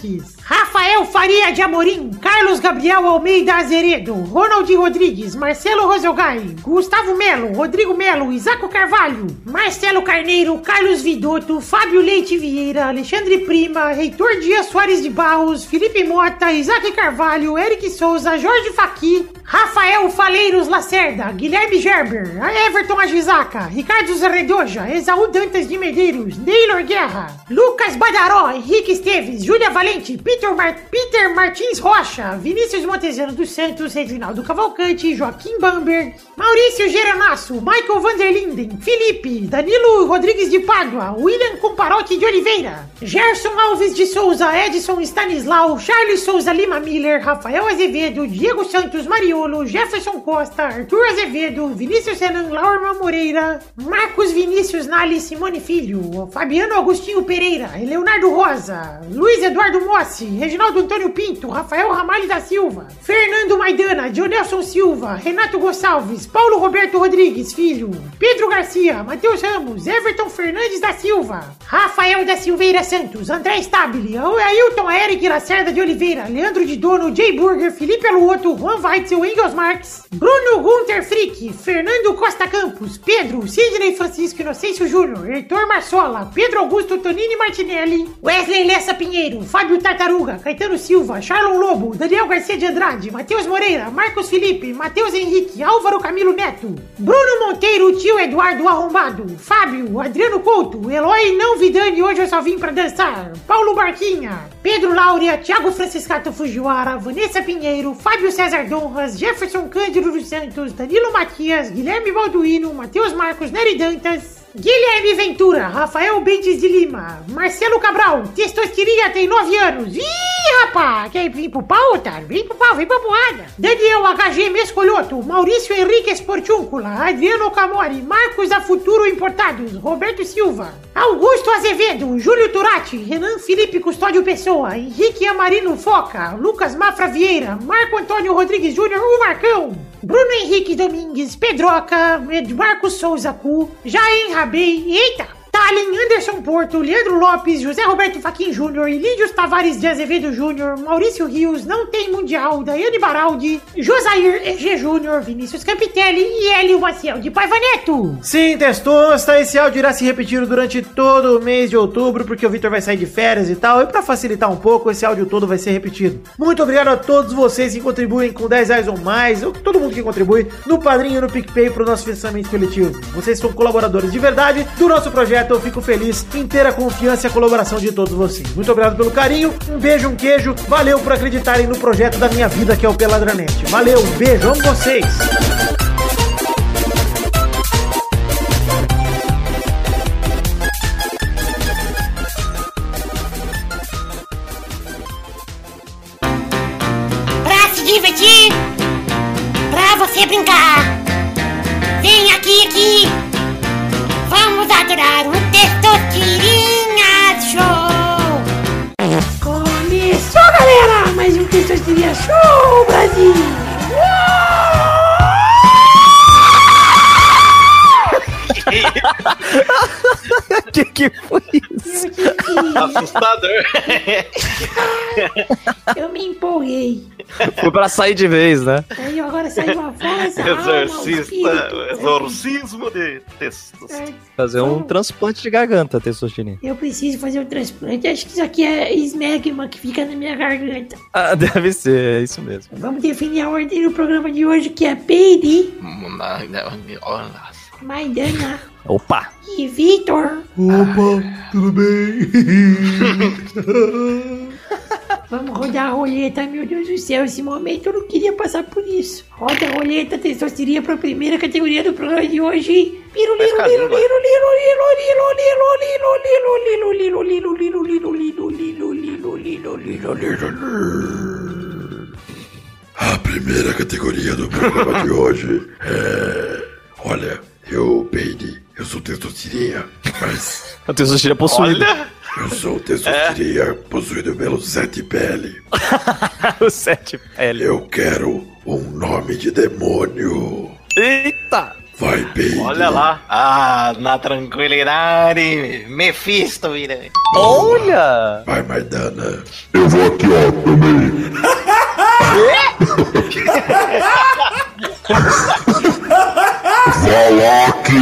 Speaker 5: Rafael Faria de Amorim, Carlos Gabriel Almeida Azeredo, Ronald Rodrigues, Marcelo Roselgai, Gustavo Melo, Rodrigo Melo, Isaco Carvalho, Marcelo Carneiro, Carlos Vidotto, Fábio Leite Vieira, Alexandre Prima, Heitor Dias Soares de Barros, Felipe Mota, Isaac Carvalho, Eric Souza, Jorge Faqui, Rafael Faleiros Lacerda, Guilherme Gerber, Everton Agisaca, Ricardo Zarredoja, Exaú Dantas de Medeiros, Neylor Guerra, Lucas Badaró, Henrique Esteves, Júlia Valente, Peter Martins Rocha, Vinícius Montezano dos Santos, Reginaldo Cavalcante, Joaquim Bamberg, Maurício Geronasso, Michael Vanderlinden, Felipe, Danilo Rodrigues de Pádua, William Comparotti de Oliveira, Gerson Alves de Souza, Edson Stanislau, Charles Souza Lima Miller, Rafael Azevedo, Diego Santos Mariolo, Jefferson Costa, Arthur Azevedo, Vinícius Renan Laurman Moreira, Marcos Vinícius Nali Simone Filho, Fabiano Agostinho Pereira, Leonardo Rosa, Luiz Eduardo Mossi, Reginaldo Antônio Pinto, Rafael Ramalho da Silva, Fernando Maidana, Dionelson Silva, Renato Gonçalves, Paulo Roberto Rodrigues Filho, Pedro Garcia, Matheus Ramos, Everton Fernandes da Silva, Rafael da Silveira Santos, André Stabile, Ailton Eric Lacerda de Oliveira, Leandro de Dono, Jay Burger, Felipe Aluoto, Juan Weitzel, Engels Marques, Bruno Gunter Frick, Fernando Costa Campos, Pedro, Sidney Francisco Inocêncio Júnior, Heitor Marsola, Pedro Augusto Tonini Martinelli, Wesley Lessa Pinheiro, Fábio Tartaruga, Caetano Silva, Charlon Lobo, Daniel Garcia de Andrade, Matheus Moreira, Marcos Felipe, Matheus Henrique, Álvaro Camilo Neto, Bruno Monteiro, Tio Eduardo Arrombado, Fábio, Adriano Couto, Eloy Não Vidani, hoje eu só vim pra dançar, Paulo Barquinha, Pedro Láurea, Thiago Franciscato Fujiwara, Vanessa Pinheiro, Fábio César Donras, Jefferson Cândido dos Santos, Danilo Matias, Guilherme Balduino, Matheus Marcos Nery Dantas, Guilherme Ventura, Rafael Bentes de Lima, Marcelo Cabral, Testosteria tem 9 anos. Ih, rapaz, quer vir pro pau, otário? Vem pro pau, vem pra porrada. Daniel HG Mescolhoto, Maurício Henrique Esportúncula, Adriano Camori, Marcos da Futuro Importados, Roberto Silva, Augusto Azevedo, Júlio Turati, Renan Felipe Custódio Pessoa, Henrique Amarino Foca, Lucas Mafra Vieira, Marco Antônio Rodrigues Júnior, o Marcão, Bruno Henrique Domingues, Pedroca, Marcos Souza Cu, Jair Rabei, eita! Tallin, Anderson Porto, Leandro Lopes, José Roberto Faquin Júnior, Ilídios Tavares de Azevedo Júnior, Maurício Rios, Não Tem Mundial, Daiane Baraldi, Josair EG Júnior, Vinícius Campitelli e Hélio Maciel de Paiva Neto.
Speaker 7: Sim, Testosta, esse áudio irá se repetir durante todo o mês de outubro, porque o Vitor vai sair de férias e tal, e pra facilitar um pouco, esse áudio todo vai ser repetido. Muito obrigado a todos vocês que contribuem com 10 reais ou mais, ou todo mundo que contribui no Padrinho e no PicPay pro nosso financiamento coletivo. Vocês são colaboradores de verdade do nosso projeto. Eu fico feliz em ter a confiança e a colaboração de todos vocês. Muito obrigado pelo carinho, um beijo, um queijo, valeu por acreditarem no projeto da minha vida que é o Peladranet. Valeu, um beijo, amo vocês!
Speaker 5: Pra se divertir, pra você brincar, vem aqui, vamos adorar o Testosterinha Show! Começou, galera! Mais um Testosterinha Show, Brasil!
Speaker 4: Que foi isso?
Speaker 1: Assustador.
Speaker 5: Eu me empolguei.
Speaker 4: Foi pra sair de vez, né?
Speaker 5: Aí agora saiu a voz,
Speaker 1: Exorcismo de testos.
Speaker 4: Fazer um transplante de garganta, Testosterina.
Speaker 5: Eu preciso fazer um transplante. Acho que isso aqui é esmegma que fica na minha garganta.
Speaker 4: Ah, deve ser, é isso mesmo.
Speaker 5: Vamos definir a ordem do programa de hoje, que é Peide, Maidana
Speaker 4: Opa!
Speaker 5: e Vitor.
Speaker 2: Opa, tudo bem?
Speaker 5: Vamos rodar a roleta, meu Deus do céu, esse momento eu não queria passar por isso. Roda a roleta, Testosteria para a primeira categoria do programa de hoje.
Speaker 2: A primeira categoria do programa de hoje é... Olha, eu sou Testosteria, mas...
Speaker 4: A Testosteria possuída.
Speaker 2: Eu sou Testosteria possuído pelo Sete Pele.
Speaker 4: O Sete Pele.
Speaker 2: Eu quero um nome de demônio.
Speaker 4: Eita!
Speaker 2: Vai, Peide.
Speaker 1: Olha lá. Ah, na tranquilidade. Mephisto, vira.
Speaker 4: Olha!
Speaker 2: Vai, Maidana. Eu vou aqui, ó, também. Valak!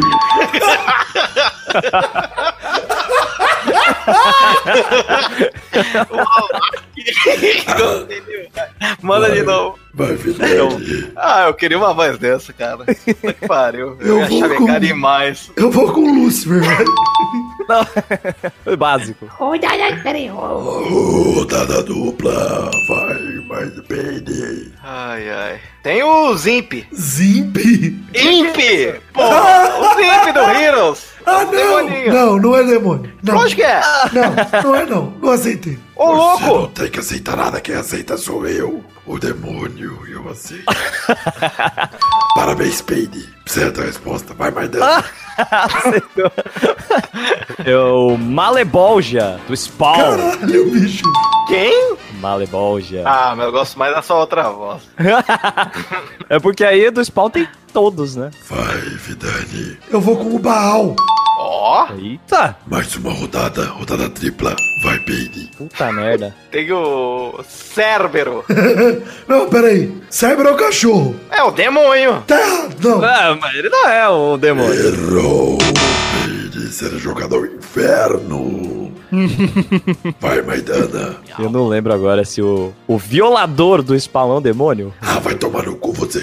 Speaker 1: Manda de novo.
Speaker 2: Vai, Vidani.
Speaker 1: Ah, eu queria uma voz dessa, cara. Puta que pariu.
Speaker 2: Eu
Speaker 1: ia
Speaker 2: vou
Speaker 1: chavecar
Speaker 2: com-
Speaker 1: demais.
Speaker 2: Eu vou com o Lúcifer, velho.
Speaker 4: Foi básico.
Speaker 5: Peraí,
Speaker 2: Rodada dupla. Vai, mais Peide.
Speaker 1: Ai, ai. Tem o Zimp.
Speaker 2: Zimp?
Speaker 1: Imp! Pô, o Zimp do Heroes.
Speaker 2: Ah,
Speaker 1: O demoninho.
Speaker 2: não é demônio. Não.
Speaker 1: Lógico que é.
Speaker 2: Não é não. Não aceitei.
Speaker 1: Ô,
Speaker 2: Você
Speaker 1: louco.
Speaker 2: não tem que aceitar nada, quem aceita sou eu. O demônio, eu aceito. Parabéns, Peide. Certa resposta. Vai, Maidana.
Speaker 4: Aceitou. É o Malebolgia, do Spawn.
Speaker 2: Caralho, bicho.
Speaker 1: Quem?
Speaker 4: Malebolgia.
Speaker 1: Ah, mas eu gosto mais da sua outra voz.
Speaker 4: É porque aí do Spawn tem todos, né?
Speaker 2: Vai, Vidani. Eu vou com o Baal.
Speaker 1: Ó,
Speaker 4: Eita!
Speaker 2: Mais uma rodada tripla. Vai, Peide.
Speaker 4: Puta merda.
Speaker 1: tem o Cérbero.
Speaker 2: Não, peraí. Cyber é o cachorro.
Speaker 1: É o demônio.
Speaker 2: Tá errado, não.
Speaker 4: Ah, mas ele não é o demônio.
Speaker 2: Errou, Peide. Será jogado ao inferno. Vai, Maidana.
Speaker 4: Eu não lembro agora se o violador do Spawn é um demônio.
Speaker 2: Ah, vai tomar no cu você.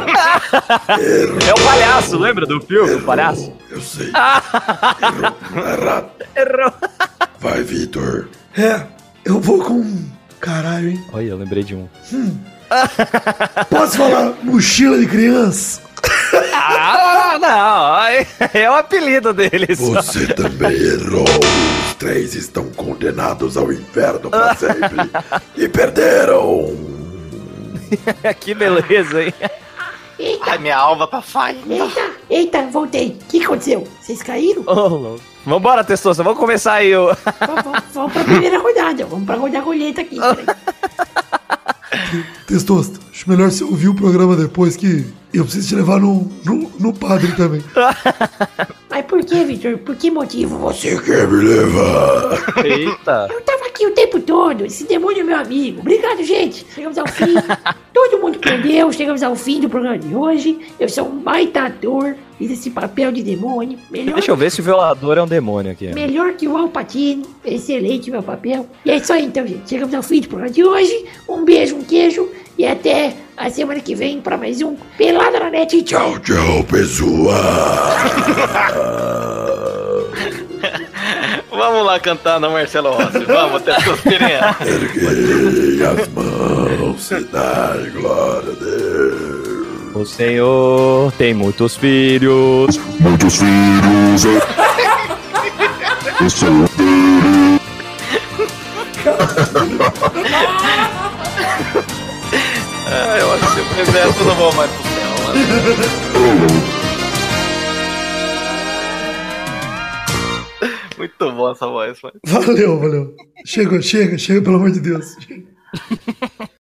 Speaker 4: É o palhaço, lembra do filme? O palhaço?
Speaker 2: Eu sei. Errou. Tá errado.
Speaker 4: Errou.
Speaker 2: Vai, Vitor. É, eu vou com... Caralho, hein?
Speaker 4: Olha, eu lembrei de um.
Speaker 2: Posso falar mochila de criança?
Speaker 4: Ah, não. É o apelido deles.
Speaker 2: Você também errou. Os três estão condenados ao inferno pra sempre. E perderam.
Speaker 4: Que beleza, hein?
Speaker 1: Ai, minha alma tá saindo.
Speaker 5: Eita, voltei. O que aconteceu? Vocês caíram?
Speaker 4: Ô, louco. Vambora, Testosta, vamos começar aí.
Speaker 5: Vamos pra primeira rodada. Vamos pra rodar a roleta aqui. Peraí.
Speaker 2: Testosta, acho melhor você ouvir o programa depois que eu preciso te levar no padre também.
Speaker 5: Mas por que, Victor? Por que motivo você?
Speaker 2: Você quer me levar?
Speaker 4: Eita.
Speaker 5: Eu tava aqui o tempo todo. Esse demônio é meu amigo. Obrigado, gente. Chegamos ao fim. Todo mundo perdeu. Chegamos ao fim do programa de hoje. Eu sou um baita ator. Fiz esse papel de demônio.
Speaker 4: Deixa eu ver se o violador é um demônio aqui.
Speaker 5: Melhor que o Al Pacino. Excelente meu papel. E é isso aí então, gente. Chegamos ao fim do programa de hoje. Um beijo, um queijo. E até a semana que vem pra mais um Pelada na Net. Tchau.
Speaker 2: Tchau, pessoal.
Speaker 1: Vamos lá cantar no Marcelo Rossi. Vamos, Testosterona.
Speaker 2: Erguei as mãos e dai glória a Deus.
Speaker 4: O Senhor tem muitos filhos.
Speaker 2: Muitos filhos. O Senhor.
Speaker 1: Eu acho que se eu fizer, eu não vou mais pro céu. Muito bom essa voz, mano.
Speaker 2: Valeu. Chega, pelo amor de Deus.